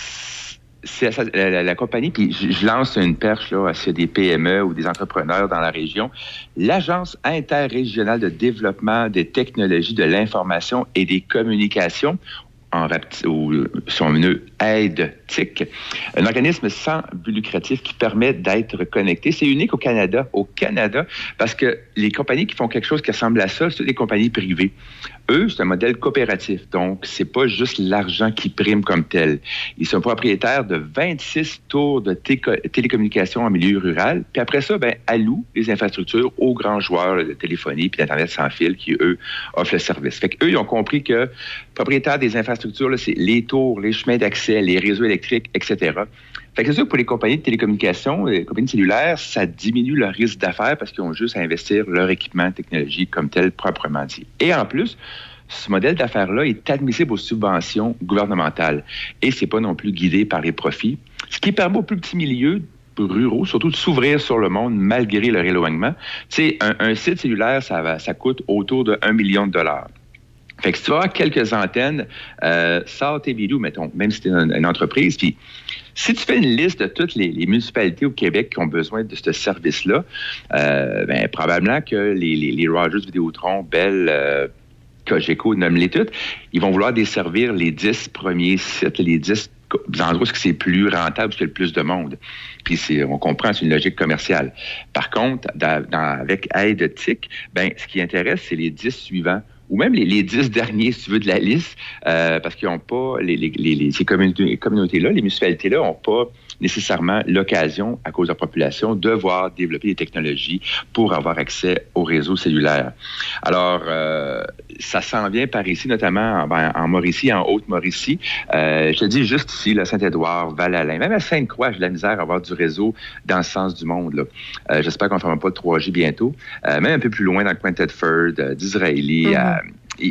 c'est la, la, la compagnie, puis je, je lance une perche là, s'il y a des P M E ou des entrepreneurs dans la région, l'Agence interrégionale de développement des technologies de l'information et des communications, en rapti- ou son mieux aide T I C, un organisme sans but lucratif qui permet d'être connecté. C'est unique au Canada. Au Canada, parce que les compagnies qui font quelque chose qui ressemble à ça, c'est des compagnies privées. Eux, c'est un modèle coopératif. Donc, c'est pas juste l'argent qui prime comme tel. Ils sont propriétaires de vingt-six tours de té- télécommunications en milieu rural. Puis après ça, ben, allouent les infrastructures aux grands joueurs là, de téléphonie puis d'Internet sans fil qui, eux, offrent le service. Fait qu'eux, ils ont compris que propriétaires des infrastructures, là, c'est les tours, les chemins d'accès, les réseaux électriques, et cetera. Fait que c'est sûr que pour les compagnies de télécommunications, les compagnies cellulaires, ça diminue leur risque d'affaires parce qu'ils ont juste à investir leur équipement technologique comme tel, proprement dit. Et en plus, ce modèle d'affaires-là est admissible aux subventions gouvernementales. Et c'est pas non plus guidé par les profits. Ce qui permet aux plus petits milieux ruraux, surtout de s'ouvrir sur le monde malgré leur éloignement. Tu sais, un, un site cellulaire, ça, va, ça coûte autour de un million de dollars. Fait que si tu vas avoir quelques antennes, euh, sors tes vidéos, mettons, même si tu es une, une entreprise, puis si tu fais une liste de toutes les, les municipalités au Québec qui ont besoin de ce service-là, euh, ben, probablement que les, les, les Rogers, Vidéotron, Bell, euh, Cogeco, nomme-les toutes, ils vont vouloir desservir les dix premiers sites, les dix endroits où c'est plus rentable, où il y a le plus de monde. Puis c'est, on comprend, c'est une logique commerciale. Par contre, dans, dans, avec aide T I C, ben, ce qui intéresse, c'est les dix suivants, ou même les, les dix derniers, si tu veux, de la liste, euh, parce qu'ils n'ont pas, les, les, les, ces communautés, communautés-là, les municipalités-là n'ont pas nécessairement l'occasion, à cause de la population, de voir développer des technologies pour avoir accès au réseau cellulaire. Alors, euh, ça s'en vient par ici, notamment en, en Mauricie, en Haute-Mauricie. Euh, je te dis juste ici, là, Saint-Édouard, Val-Alain, même à Sainte-Croix, j'ai de la misère à avoir du réseau dans le sens du monde. Là. Euh, j'espère qu'on ne fera pas de trois G bientôt. Euh, même un peu plus loin, dans le coin de Thetford, euh, d'Israélie, mm-hmm. euh,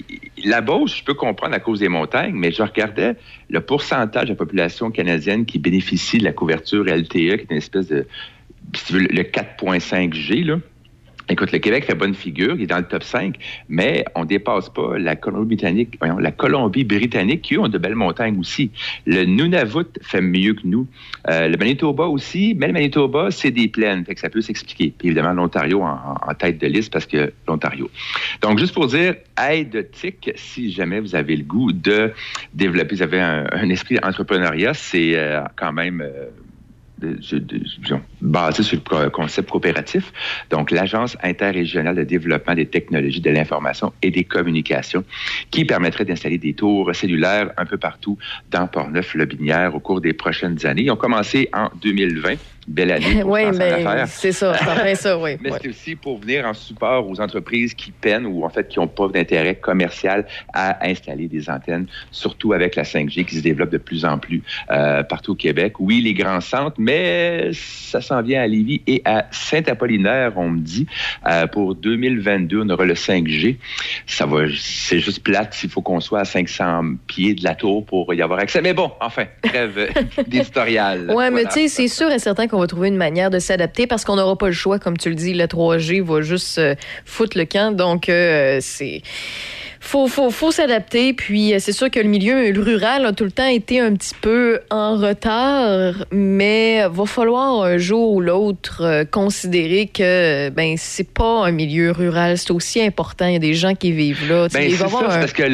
la Beauce, je peux comprendre à cause des montagnes, mais je regardais le pourcentage de la population canadienne qui bénéficie de la couverture L T E, qui est une espèce de, si tu veux, le quatre virgule cinq G, là. Écoute, le Québec fait bonne figure, il est dans le top cinq, mais on dépasse pas la Colombie-Britannique, voyons, la Colombie-Britannique, qui ont de belles montagnes aussi. Le Nunavut fait mieux que nous. Euh, le Manitoba aussi, mais le Manitoba, c'est des plaines, fait que ça peut s'expliquer. Puis évidemment, l'Ontario en, en tête de liste parce que l'Ontario. Donc, juste pour dire, aide T I C, si jamais vous avez le goût de développer, vous avez un, un esprit d'entrepreneuriat, c'est euh, quand même... Euh, De, de, de, disons, basé sur le concept coopératif. Donc, l'Agence interrégionale de développement des technologies de l'information et des communications qui permettrait d'installer des tours cellulaires un peu partout dans Portneuf-Lobinière au cours des prochaines années. Ils ont commencé en deux mille vingt. Belle année pour oui, faire mais affaire. C'est ça, c'est en plein ça, oui. Mais ouais. c'est aussi pour venir en support aux entreprises qui peinent ou en fait qui n'ont pas d'intérêt commercial à installer des antennes, surtout avec la cinq G qui se développe de plus en plus euh, partout au Québec. Oui, les grands centres, mais ça s'en vient à Lévis et à Saint-Apollinaire, on me dit. Euh, pour deux mille vingt-deux, on aura le cinq G. Ça va, c'est juste plate s'il faut qu'on soit à cinq cents pieds de la tour pour y avoir accès. Mais bon, enfin, trêve d'éditorial. Oui, voilà. Mais tu sais, c'est sûr et certain qu'on on va trouver une manière de s'adapter parce qu'on n'aura pas le choix, comme tu le dis, le trois G va juste euh, foutre le camp. Donc, euh, c'est... Faut, faut, faut s'adapter. Puis, c'est sûr que le milieu rural a tout le temps été un petit peu en retard, mais va falloir un jour ou l'autre euh, considérer que ben c'est pas un milieu rural. C'est aussi important. Il y a des gens qui vivent là. Ben, c'est ça, un... c'est parce que le...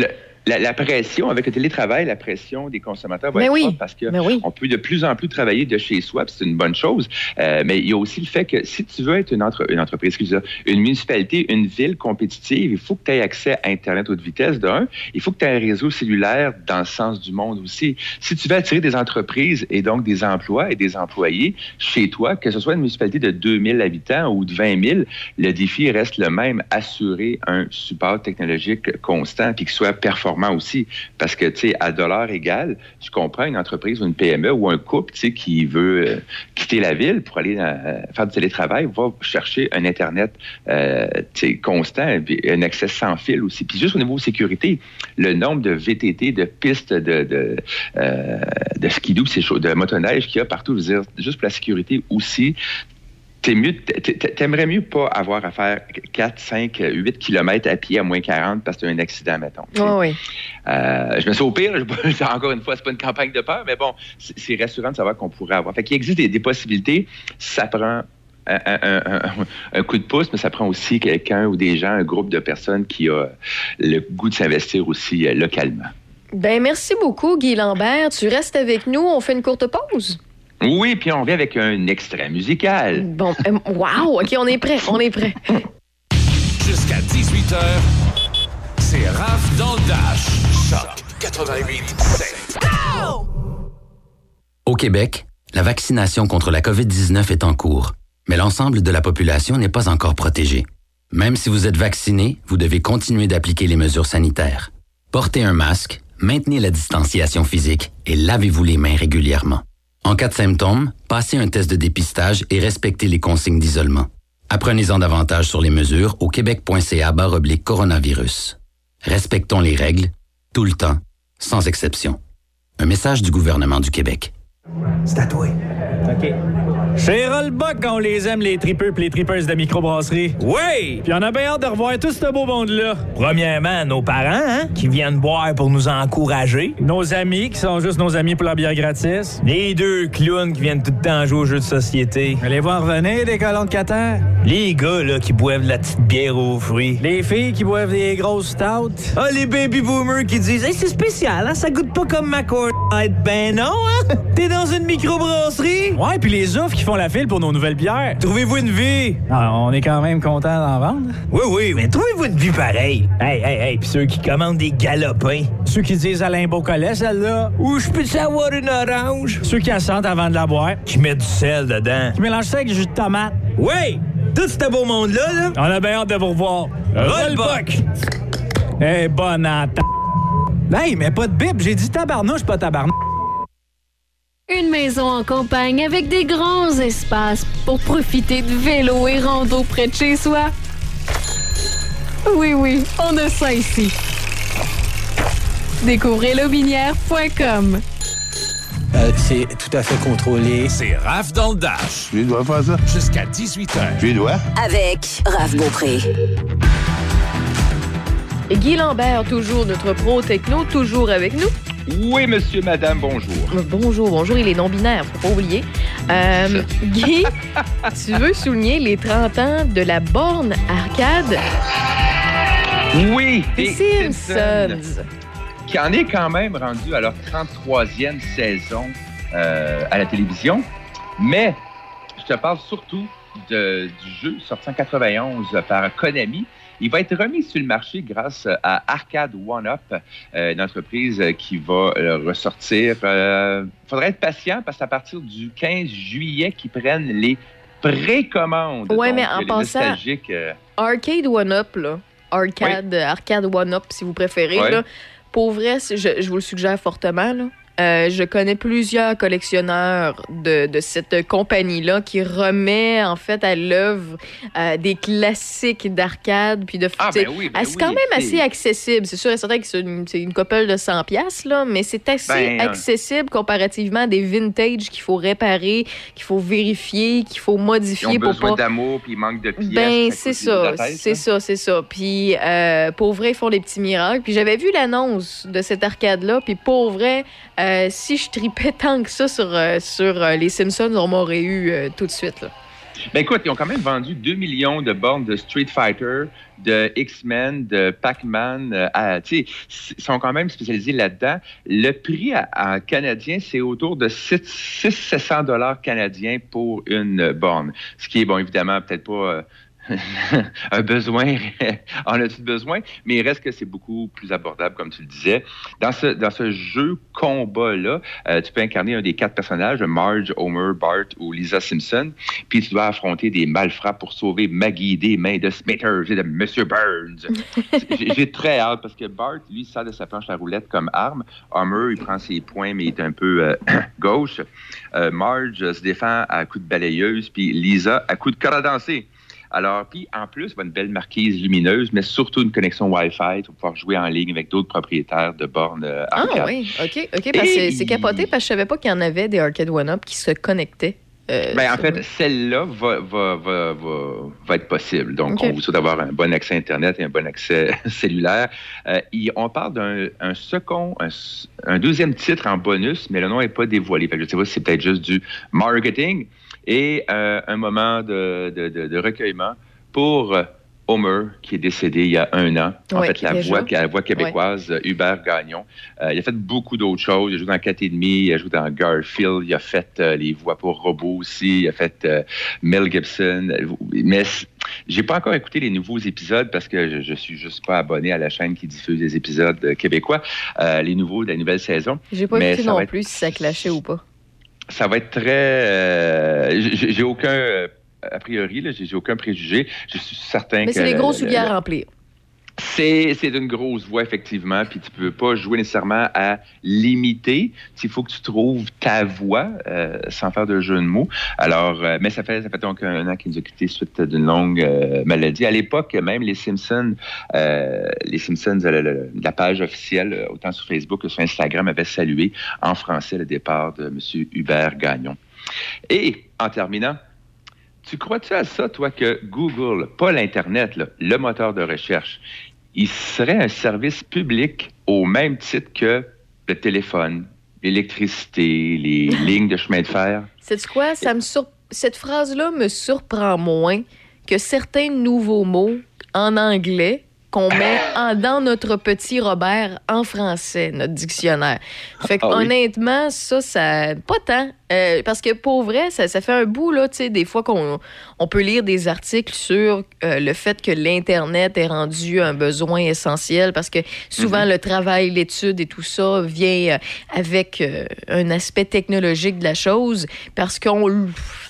La, la pression, avec le télétravail, la pression des consommateurs va mais être oui. forte parce qu'on oui. peut de plus en plus travailler de chez soi, puis c'est une bonne chose. Euh, mais il y a aussi le fait que si tu veux être une, entre, une entreprise, excusez-moi, une municipalité, une ville compétitive, il faut que tu aies accès à Internet haute vitesse, d'un. Il faut que tu aies un réseau cellulaire dans le sens du monde aussi. Si tu veux attirer des entreprises et donc des emplois et des employés chez toi, que ce soit une municipalité de deux mille habitants ou de vingt mille, le défi reste le même, assurer un support technologique constant puis qu'il soit performant aussi, parce que, tu sais, à dollar égal, je comprends une entreprise ou une P M E ou un couple, tu sais, qui veut euh, quitter la ville pour aller euh, faire du télétravail, va chercher un Internet, euh, tu sais, constant, puis un accès sans fil aussi. Puis juste au niveau sécurité, le nombre de V T T, de pistes de, de, euh, de skidoo, de motoneige qu'il y a partout, je veux dire, juste pour la sécurité aussi, T'es mieux, t'aimerais mieux pas avoir à faire quatre, cinq, huit kilomètres à pied à moins quarante parce que tu as un accident, mettons. Oh oui. Euh, je me suis au pire, je, encore une fois, c'est pas une campagne de peur, mais bon, c'est, c'est rassurant de savoir qu'on pourrait avoir. Fait qu'il existe des, des possibilités. Ça prend un, un, un, un coup de pouce, mais ça prend aussi quelqu'un ou des gens, un groupe de personnes qui a le goût de s'investir aussi euh, localement. Ben merci beaucoup, Guy Lambert. Tu restes avec nous. On fait une courte pause. Oui, puis on vient avec un extrait musical. Bon, euh, wow, OK, on est prêt, on est prêt. Jusqu'à dix-huit heures, c'est Raph dans le Dash. Choc quatre-vingt-huit sept. Au Québec, la vaccination contre la covid dix-neuf est en cours, mais l'ensemble de la population n'est pas encore protégée. Même si vous êtes vacciné, vous devez continuer d'appliquer les mesures sanitaires. Portez un masque, maintenez la distanciation physique et lavez-vous les mains régulièrement. En cas de symptômes, passez un test de dépistage et respectez les consignes d'isolement. Apprenez-en davantage sur les mesures au québec.ca barre oblique coronavirus. Respectons les règles, tout le temps, sans exception. Un message du gouvernement du Québec. C'est à toi. OK. Chez Rollbuck, on les aime, les tripeux pis les tripeuses de microbrasserie. Oui! Puis on a bien hâte de revoir tout ce beau monde-là. Premièrement, nos parents, hein, qui viennent boire pour nous encourager. Nos amis, qui sont juste nos amis pour la bière gratis. Les deux clowns qui viennent tout le temps jouer aux jeux de société. Allez voir revenir, des colons de Qatar. Les gars, là, qui boivent de la petite bière aux fruits. Les filles qui boivent des grosses stouts. Ah, les baby boomers qui disent « Hey, c'est spécial, hein, ça goûte pas comme ma cour... » Ben non, hein? T'es dans une microbrasserie? Ouais, puis les offres qui font la file pour nos nouvelles bières. Trouvez-vous une vie? Ah, on est quand même content d'en vendre. Oui, oui, mais trouvez-vous une vie pareille. Hey, hey, hey, puis ceux qui commandent des galopins. Ceux qui disent Alain Beaucollet, celle-là. Ou je peux-tu avoir une orange? Ceux qui la sentent avant de la boire. Qui mettent du sel dedans. Qui mélangent ça avec du jus de tomate. Oui! Tout ce beau monde-là, là. On a bien hâte de vous revoir. Rollbuck! Eh, hey, bonne atta... Hey, mais pas de bip, j'ai dit tabarnouche, pas tabarnouche. Une maison en campagne avec des grands espaces pour profiter de vélo et rando près de chez soi. Oui, oui, on a ça ici. Découvrez lobinière point com. Euh, c'est tout à fait contrôlé. C'est Raph dans le Dash. Je lui dois faire ça. Jusqu'à dix-huit heures. Je lui dois. Avec Raph Beaupré. Et Guy Lambert, toujours notre pro techno, toujours avec nous. Oui, monsieur, madame, bonjour. Bonjour, bonjour, il est non-binaire, faut pas oublier. Euh, Guy, tu veux souligner les trente ans de la borne arcade? Oui, des Simpsons. Simpsons. Qui en est quand même rendu à leur trente-troisième saison euh, à la télévision. Mais je te parle surtout de, du jeu sorti en quatre-vingt-onze par Konami. Il va être remis sur le marché grâce à Arcade One-Up, euh, une entreprise qui va euh, ressortir. Il euh, faudrait être patient parce qu'à partir du quinze juillet, qu'ils prennent les précommandes. Oui, donc, mais en passant, euh... Arcade One-Up, là, Arcade, oui. Arcade One-Up, si vous préférez, oui. là, pour vrai, je, je vous le suggère fortement, là. Euh, je connais plusieurs collectionneurs de, de cette compagnie-là qui remet en fait à l'œuvre euh, des classiques d'arcade puis de ah, ben oui, ben c'est oui, quand même c'est... assez accessible. C'est sûr et certain que c'est une, c'est une couple de cent piastres, là, mais c'est assez ben, accessible comparativement à des vintage qu'il faut réparer, qu'il faut vérifier, qu'il faut modifier. Ils ont pour besoin pas... d'amour puis ils manquent de pièces. Ben c'est ça, tête, c'est ça, c'est ça. Puis euh, pour vrai, ils font des petits miracles. Puis j'avais vu l'annonce de cette arcade-là, puis pour vrai. Euh, si je tripais tant que ça sur, euh, sur euh, les Simpsons, on m'aurait eu euh, tout de suite. Là. Ben écoute, ils ont quand même vendu deux millions de bornes de Street Fighter, de X-Men, de Pac-Man. Euh, à, tu sais, ils sont quand même spécialisés là-dedans. Le prix à, à canadien, c'est autour de six cents à sept cents dollars canadiens pour une borne. Ce qui est, bon, évidemment, peut-être pas... Euh, un besoin, en as-tu besoin? Mais il reste que c'est beaucoup plus abordable, comme tu le disais. Dans ce, dans ce jeu combat-là, euh, tu peux incarner un des quatre personnages, Marge, Homer, Bart ou Lisa Simpson, puis tu dois affronter des malfrats pour sauver Maggie des mains de Smithers et de Monsieur Burns. j'ai, j'ai très hâte, parce que Bart, lui, sert de sa planche à roulettes comme arme. Homer, il prend ses poings, mais il est un peu euh, gauche. Euh, Marge euh, se défend à coups de balayeuse, puis Lisa à coups de corde à danser. Alors, puis en plus, il y a une belle marquise lumineuse, mais surtout une connexion Wi-Fi pour pouvoir jouer en ligne avec d'autres propriétaires de bornes euh, arcade. Ah oui, OK, OK, parce que c'est, c'est capoté, parce que je savais pas qu'il y en avait des arcade one-up qui se connectaient. Euh, ben, en fait, celle-là va, va, va, va, va être possible. Donc, okay. On vous souhaite d'avoir un bon accès Internet et un bon accès cellulaire. Euh, y, on parle d'un un second, un, un deuxième titre en bonus, mais le nom n'est pas dévoilé. Fait que je ne sais pas si c'est peut-être juste du marketing. Et euh, un moment de, de, de, de recueillement pour Homer, qui est décédé il y a un an. En oui, fait, la voix, la voix québécoise, oui. Hubert Gagnon. Euh, il a fait beaucoup d'autres choses. Il a joué dans quatre et demi, il a joué dans Garfield, il a fait euh, les voix pour robots aussi, il a fait euh, Mel Gibson. Mais j'ai pas encore écouté les nouveaux épisodes parce que je, je suis juste pas abonné à la chaîne qui diffuse les épisodes québécois, euh, les nouveaux de la nouvelle saison. J'ai pas Mais écouté non être... plus si ça clashait ou pas. Ça va être très... Euh, j'ai, j'ai aucun... Euh, a priori, là, j'ai, j'ai aucun préjugé. Je suis certain Mais que... Mais c'est les gros souliers à remplir. C'est, c'est une grosse voix, effectivement, puis tu peux pas jouer nécessairement à l'imiter. Il faut que tu trouves ta voix, euh, sans faire de jeu de mots. Alors, euh, mais ça fait, ça fait donc un an qu'il nous a quittés suite d'une longue euh, maladie. À l'époque, même les Simpsons, euh, les Simpsons, la, la, la page officielle, autant sur Facebook que sur Instagram, avait salué en français le départ de M. Hubert Gagnon. Et, en terminant, tu crois-tu à ça, toi, que Google, pas l'Internet, là, le moteur de recherche, il serait un service public au même titre que le téléphone, l'électricité, les lignes de chemin de fer? Sais-tu quoi? Ça me sur... Cette phrase-là me surprend moins que certains nouveaux mots en anglais qu'on met en, dans notre petit Robert en français, notre dictionnaire. Fait que, ah, honnêtement, oui. ça, ça... Pas tant. Euh, parce que, pour vrai, ça, ça fait un bout, là, tu sais, des fois qu'on on peut lire des articles sur euh, le fait que l'Internet est rendu un besoin essentiel parce que souvent, mm-hmm. le travail, l'étude et tout ça vient avec euh, un aspect technologique de la chose parce qu'on...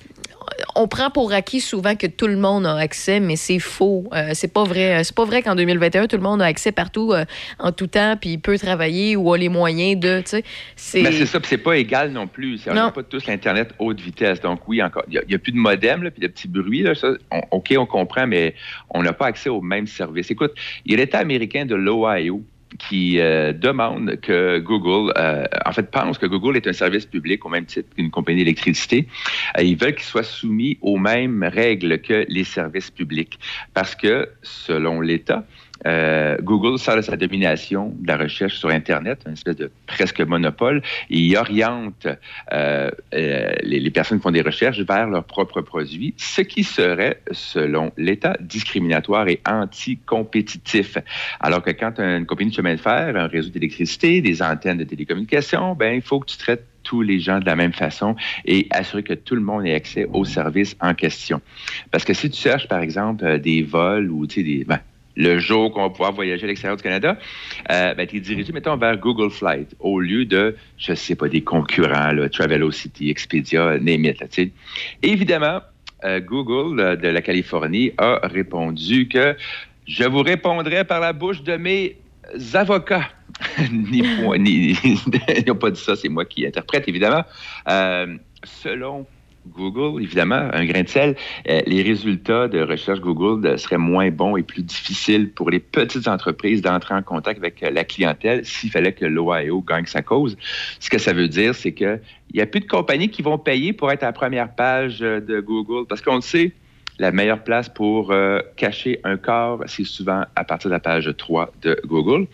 On prend pour acquis souvent que tout le monde a accès, mais c'est faux. Euh, c'est pas vrai. C'est pas vrai qu'en deux mille vingt et un, tout le monde a accès partout, euh, en tout temps, puis peut travailler ou a les moyens de, tu sais. C'est... Mais c'est ça, puis c'est pas égal non plus. On n'a pas tous l'Internet haute vitesse. Donc oui, encore, il n'y a, a plus de modem, là, puis de petits bruits. Là, ça, on, OK, on comprend, mais on n'a pas accès aux mêmes services. Écoute, il y a l'État américain de l'Ohio qui euh, demande que Google, euh, en fait, pense que Google est un service public au même titre qu'une compagnie d'électricité. Euh, ils veulent qu'il soit soumis aux mêmes règles que les services publics. Parce que, selon l'État, Euh, Google sert de sa domination de la recherche sur Internet, une espèce de presque monopole, et il oriente euh, euh, les, les personnes qui font des recherches vers leurs propres produits, ce qui serait, selon l'État, discriminatoire et anticompétitif. Alors que quand une compagnie de chemin de fer, un réseau d'électricité, des antennes de télécommunications, ben il faut que tu traites tous les gens de la même façon et assurer que tout le monde ait accès aux services en question. Parce que si tu cherches, par exemple, des vols ou tu sais, des... Ben, le jour qu'on va pouvoir voyager à l'extérieur du Canada, euh, ben, tu es dirigé, mettons, vers Google Flight, au lieu de, je sais pas, des concurrents, là, Travelocity, Expedia, name it, là, tu sais. Évidemment, euh, Google euh, de la Californie a répondu que je vous répondrai par la bouche de mes avocats. ni point, ni, ils n'ont pas dit ça, c'est moi qui interprète, évidemment. Euh, selon Google, évidemment, un grain de sel, euh, les résultats de recherche Google seraient moins bons et plus difficiles pour les petites entreprises d'entrer en contact avec la clientèle s'il fallait que l'Ohio gagne sa cause. Ce que ça veut dire, c'est qu'il n'y a plus de compagnies qui vont payer pour être à la première page de Google. Parce qu'on le sait, la meilleure place pour euh, cacher un corps, c'est souvent à partir de la page trois de Google.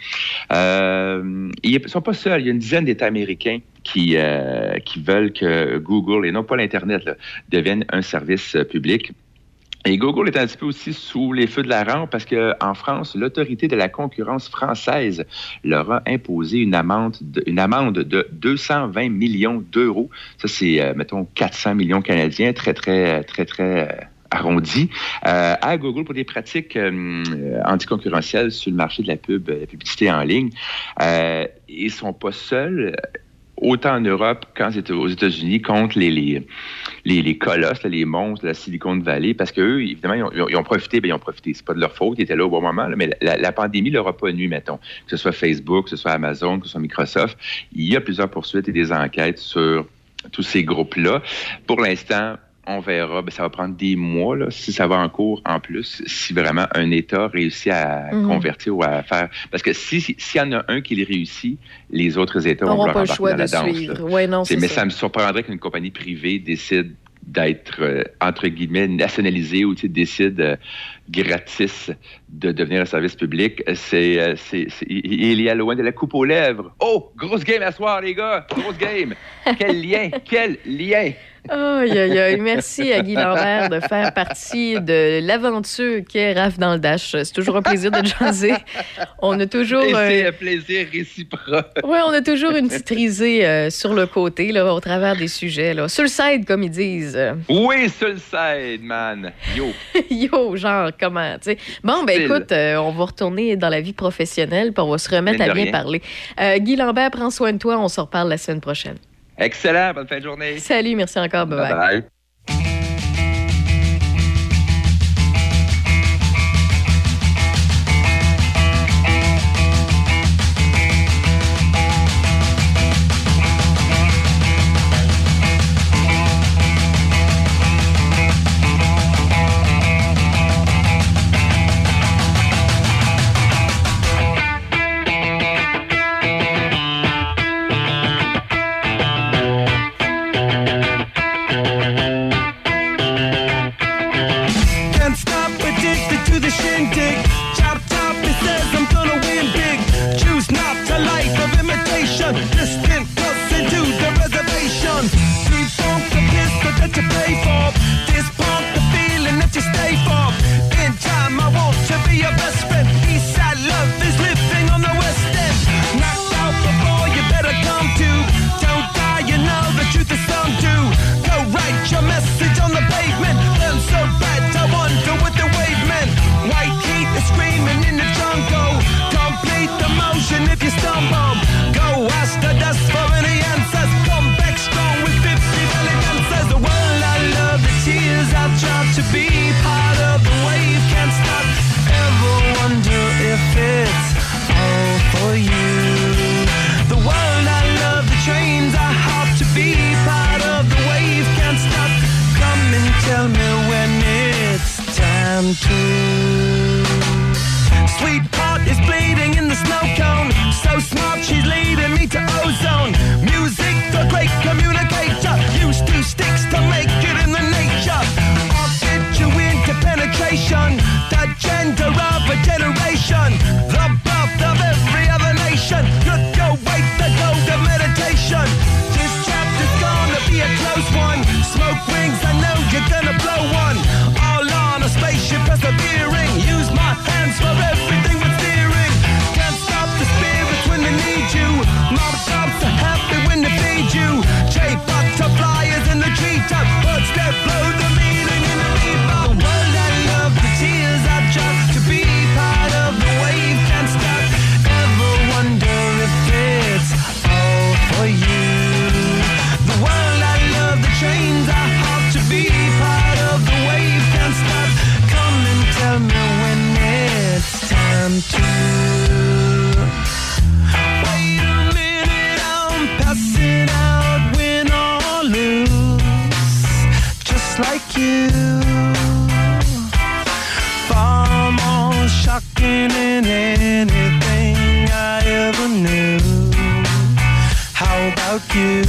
Euh, ils ne sont pas seuls. Il y a une dizaine d'États américains qui, euh, qui veulent que Google, et non pas l'Internet, là, devienne un service euh, public. Et Google est un petit peu aussi sous les feux de la rampe parce qu'en France, l'autorité de la concurrence française leur a imposé une amende de, une amende de deux cent vingt millions d'euros. Ça, c'est, euh, mettons, quatre cents millions canadiens, très, très, très, très... Euh, arrondi, euh, à Google pour des pratiques euh, anticoncurrentielles sur le marché de la pub, la publicité en ligne. Euh, ils ne sont pas seuls, autant en Europe qu'aux États-Unis, contre les, les, les, les colosses, là, les monstres de la Silicon Valley, parce qu'eux, évidemment, ils ont, ils ont profité, bien, ils ont profité, c'est pas de leur faute, ils étaient là au bon moment, là, mais la, la pandémie leur a pas nu, mettons, que ce soit Facebook, que ce soit Amazon, que ce soit Microsoft. Il y a plusieurs poursuites et des enquêtes sur tous ces groupes-là. Pour l'instant, on verra, bien, ça va prendre des mois, là, si ça va en cours en plus, si vraiment un État réussit à mm-hmm. convertir ou à faire... Parce que si, si, s'il y en a un qui le réussit, les autres États vont vouloir embarquer dans la danse. Ouais, non, c'est mais ça. ça me surprendrait qu'une compagnie privée décide d'être, euh, entre guillemets, nationalisée ou décide euh, gratis de devenir un service public. C'est, euh, c'est, c'est, il y a loin de la coupe aux lèvres. Oh, grosse game à soir, les gars! Grosse game! Quel lien! Quel lien! Aïe, aïe, aïe. Merci à Guy Lambert de faire partie de l'aventure qu'est Raph dans le Dash. C'est toujours un plaisir de jaser. On a toujours... Et c'est euh... un plaisir réciproque. Oui, on a toujours une petite risée euh, sur le côté, là, au travers des sujets. Là. Sur le side, comme ils disent. Oui, sur le side, man. Yo. Yo, genre, comment, tu sais. Bon, ben écoute, euh, on va retourner dans la vie professionnelle, puis on va se remettre à bien rien. parler. Euh, Guy Lambert, prends soin de toi. On se reparle la semaine prochaine. Excellent. Bonne fin de journée. Salut, merci encore. Bye-bye. Bye-bye.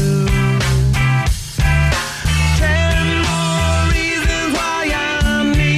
Ten more reasons why I'm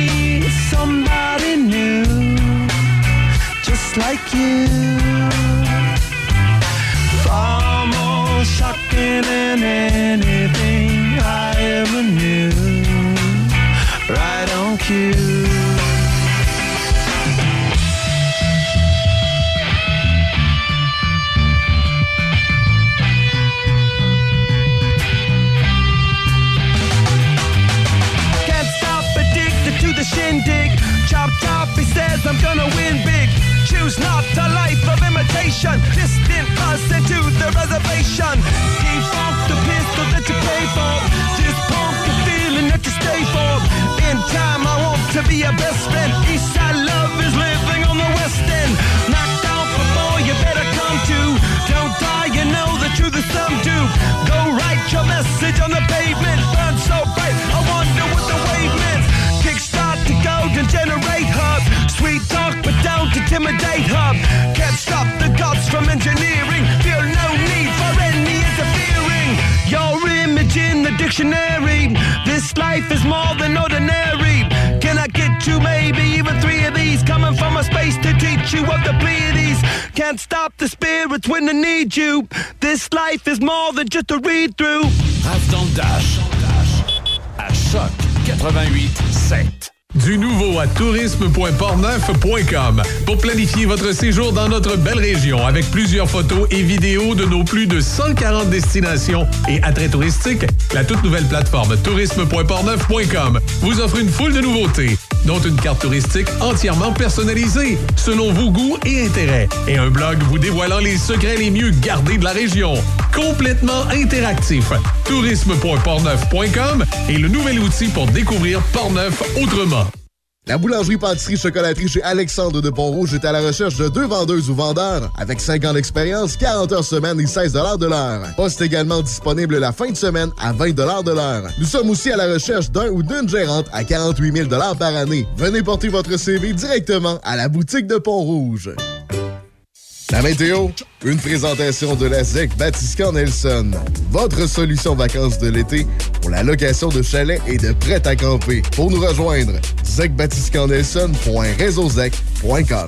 station. Distant us into the reservation. Defunct the pistol that you pay for. Just pump the feeling that you stay for. In time I want to be your best friend. Eastside love is living on the west end. Knocked out before you better come to. Don't die, you know the truth is some do. Go write your message on the pavement. Burn so bright, I wonder what the wave meant. Kickstart the golden generate hub. Sweet talk but don't intimidate hub. Can't stop the gods from engineering. Feel no need for any interfering. Your image in the dictionary. This life is more than ordinary. Can I get you maybe even three of these? Coming from a space to teach you of the Pleiades. Can't stop the spirits when they need you. This life is more than just a read-through. Raph dans le Dash. À Choc quatre-vingt-huit sept. Du nouveau à tourisme point portneuf point com pour planifier votre séjour dans notre belle région avec plusieurs photos et vidéos de nos plus de cent quarante destinations et attraits touristiques. La toute nouvelle plateforme tourisme point portneuf point com vous offre une foule de nouveautés, dont une carte touristique entièrement personnalisée selon vos goûts et intérêts et un blog vous dévoilant les secrets les mieux gardés de la région. Complètement interactif. tourisme point portneuf point com est le nouvel outil pour découvrir Portneuf autrement. La boulangerie-pâtisserie-chocolaterie chez Alexandre de Pont-Rouge est à la recherche de deux vendeuses ou vendeurs avec cinq ans d'expérience, quarante heures semaine et seize dollars de l'heure. Poste également disponible la fin de semaine à vingt dollars de l'heure. Nous sommes aussi à la recherche d'un ou d'une gérante à quarante-huit mille dollars par année. Venez porter votre C V directement à la boutique de Pont-Rouge. La météo, une présentation de la Z E C Batiscan Nelson. Votre solution vacances de l'été pour la location de chalets et de prêt à camper. Pour nous rejoindre, z e c batiscan nelson point réseau zec point com.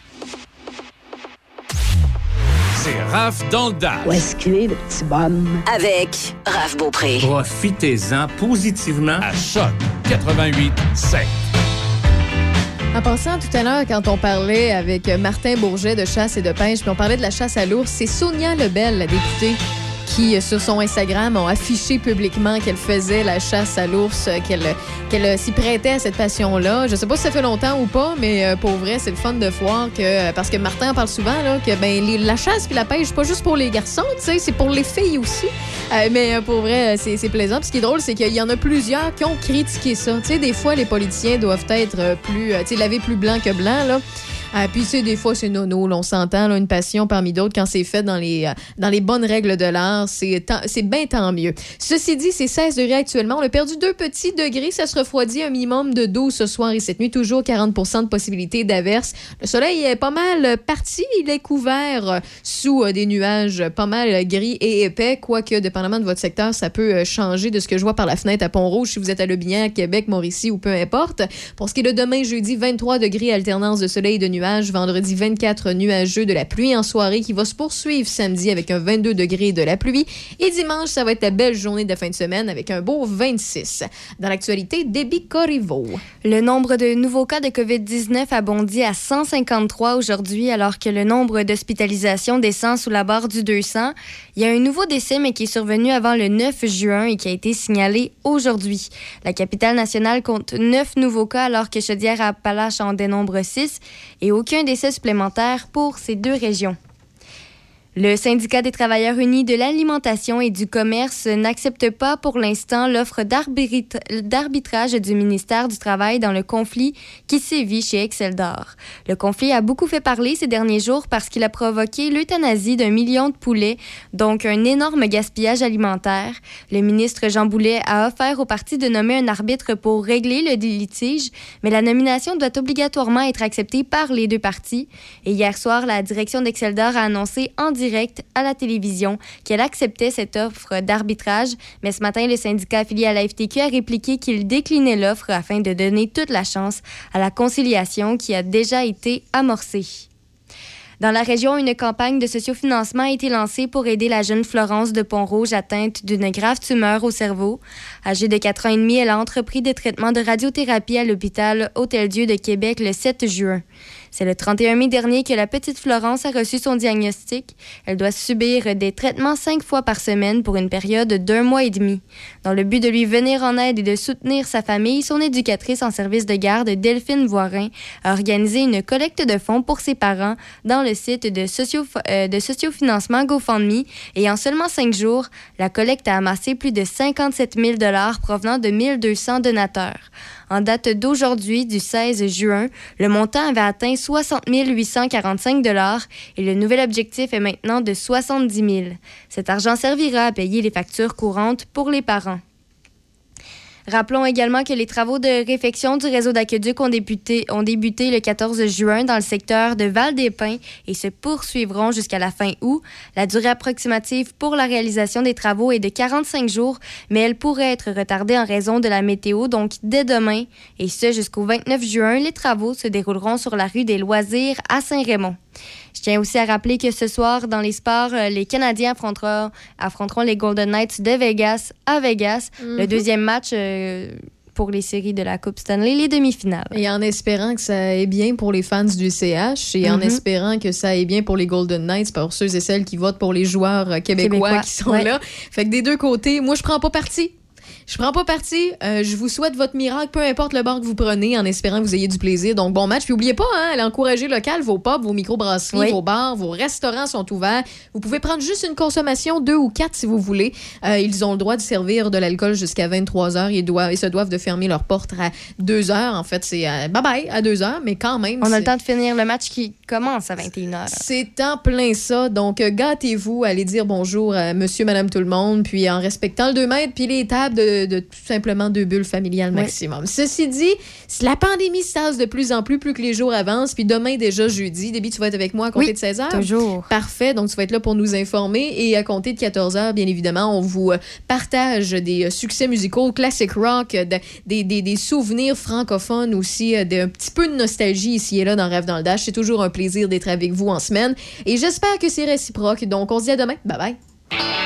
C'est Raph dans le Dash. Où est-ce qu'il est, le petit bonhomme? Avec Raph Beaupré. Profitez-en positivement à Choc quatre-vingt-huit sept. En passant tout à l'heure, quand on parlait avec Martin Bourget de chasse et de pêche, puis on parlait de la chasse à l'ours, c'est Sonia Lebel, la députée, qui, sur son Instagram, a affiché publiquement qu'elle faisait la chasse à l'ours, qu'elle, qu'elle s'y prêtait à cette passion-là. Je sais pas si ça fait longtemps ou pas, mais pour vrai, c'est le fun de voir que... Parce que Martin en parle souvent, là, que ben, les, la chasse puis la pêche, c'est pas juste pour les garçons, tu sais, c'est pour les filles aussi. Euh, mais pour vrai, c'est, c'est plaisant. Puis ce qui est drôle, c'est qu'il y en a plusieurs qui ont critiqué ça. Tu sais, des fois, les politiciens doivent être plus... Tu sais, laver plus blanc que blanc, là. Euh, puis, tu sais, des fois, c'est nono, là, on s'entend, là, une passion parmi d'autres. Quand c'est fait dans les, euh, dans les bonnes règles de l'art, c'est, tant, c'est bien tant mieux. Ceci dit, c'est seize degrés actuellement. On a perdu deux petits degrés. Ça se refroidit un minimum de douze ce soir et cette nuit. Toujours quarante pour cent de possibilité d'averse. Le soleil est pas mal parti. Il est couvert sous euh, des nuages pas mal gris et épais. Quoique, dépendamment de votre secteur, ça peut changer de ce que je vois par la fenêtre à Pont-Rouge si vous êtes à Le Bihan, Québec, Mauricie ou peu importe. Pour ce qui est de demain, jeudi, vingt-trois degrés, alternance de soleil et de nuages. Vendredi, vingt-quatre nuageux, de la pluie en soirée qui va se poursuivre samedi avec un vingt-deux degrés de la pluie. Et dimanche, ça va être la belle journée de fin de semaine avec un beau vingt-six. Dans l'actualité, Déby Corriveau. Le nombre de nouveaux cas de covid dix-neuf a bondi à cent cinquante-trois aujourd'hui, alors que le nombre d'hospitalisations descend sous la barre du deux cents. Il y a un nouveau décès, mais qui est survenu avant le neuf juin et qui a été signalé aujourd'hui. La capitale nationale compte neuf nouveaux cas, alors que Chaudière-Appalaches en dénombre six et aucun décès supplémentaire pour ces deux régions. Le syndicat des travailleurs unis de l'alimentation et du commerce n'accepte pas pour l'instant l'offre d'arbitra- d'arbitrage du ministère du Travail dans le conflit qui sévit chez Exceldor. Le conflit a beaucoup fait parler ces derniers jours parce qu'il a provoqué l'euthanasie d'un million de poulets, donc un énorme gaspillage alimentaire. Le ministre Jean Boulet a offert au parti de nommer un arbitre pour régler le litige, mais la nomination doit obligatoirement être acceptée par les deux parties. Et hier soir, la direction d'Exceldor a annoncé en direct à la télévision qu'elle acceptait cette offre d'arbitrage, mais ce matin, le syndicat affilié à la F T Q a répliqué qu'il déclinait l'offre afin de donner toute la chance à la conciliation qui a déjà été amorcée. Dans la région, une campagne de sociofinancement a été lancée pour aider la jeune Florence de Pont-Rouge atteinte d'une grave tumeur au cerveau. Âgée de quatre ans et demi, elle a entrepris des traitements de radiothérapie à l'hôpital Hôtel-Dieu de Québec le sept juin. C'est le trente et un mai dernier que la petite Florence a reçu son diagnostic. Elle doit subir des traitements cinq fois par semaine pour une période d'un mois et demi. Dans le but de lui venir en aide et de soutenir sa famille, son éducatrice en service de garde, Delphine Voirin, a organisé une collecte de fonds pour ses parents dans le site de, socio, euh, de sociofinancement GoFundMe. Et en seulement cinq jours, la collecte a amassé plus de cinquante-sept mille dollars provenant de mille deux cents donateurs. En date d'aujourd'hui, du seize juin, le montant avait atteint soixante mille huit cent quarante-cinq dollars et le nouvel objectif est maintenant de soixante-dix mille. Cet argent servira à payer les factures courantes pour les parents. Rappelons également que les travaux de réfection du réseau d'aqueduc ont débuté, ont débuté le quatorze juin dans le secteur de Val-des-Pins et se poursuivront jusqu'à la fin août. La durée approximative pour la réalisation des travaux est de quarante-cinq jours, mais elle pourrait être retardée en raison de la météo, donc dès demain. Et ce, jusqu'au vingt-neuf juin, les travaux se dérouleront sur la rue des Loisirs à Saint-Raymond. Je tiens aussi à rappeler que ce soir, dans les sports, les Canadiens affronteront, affronteront les Golden Knights de Vegas à Vegas. Mm-hmm. Le deuxième match euh, pour les séries de la Coupe Stanley, les demi-finales. Et en espérant que ça aille bien pour les fans du C H et mm-hmm. en espérant que ça aille bien pour les Golden Knights, pour ceux et celles qui votent pour les joueurs québécois, québécois. qui sont ouais. là. Fait que des deux côtés, moi, je prends pas parti. Je prends pas parti. Euh, je vous souhaite votre miracle, peu importe le bar que vous prenez, en espérant que vous ayez du plaisir. Donc, bon match. Puis, n'oubliez pas, hein, allez encourager local. Vos pubs, vos microbrasseries, oui. vos bars, vos restaurants sont ouverts. Vous pouvez prendre juste une consommation, deux ou quatre si vous voulez. Euh, ils ont le droit de servir de l'alcool jusqu'à vingt-trois heures. Ils, doivent, ils se doivent de fermer leurs portes à deux heures. En fait, c'est euh, bye-bye à deux heures, mais quand même. On c'est... a le temps de finir le match qui commence à vingt et une heures. C'est en plein ça. Donc, euh, gâtez-vous. Allez dire bonjour à monsieur, madame, tout le monde. Puis, en respectant le deux mètres, puis les tables de, de tout simplement deux bulles familiales maximum. Oui. Ceci dit, la pandémie se tasse de plus en plus, plus que les jours avancent. Puis demain, déjà jeudi, Déby, tu vas être avec moi à compter oui, de seize heures? Toujours. Parfait. Donc, tu vas être là pour nous informer. Et à compter de quatorze heures, bien évidemment, on vous partage des succès musicaux, classic rock, de, des, des, des souvenirs francophones aussi, de, un petit peu de nostalgie ici et là dans Rêve dans le Dash. C'est toujours un plaisir d'être avec vous en semaine. Et j'espère que c'est réciproque. Donc, on se dit à demain. Bye bye.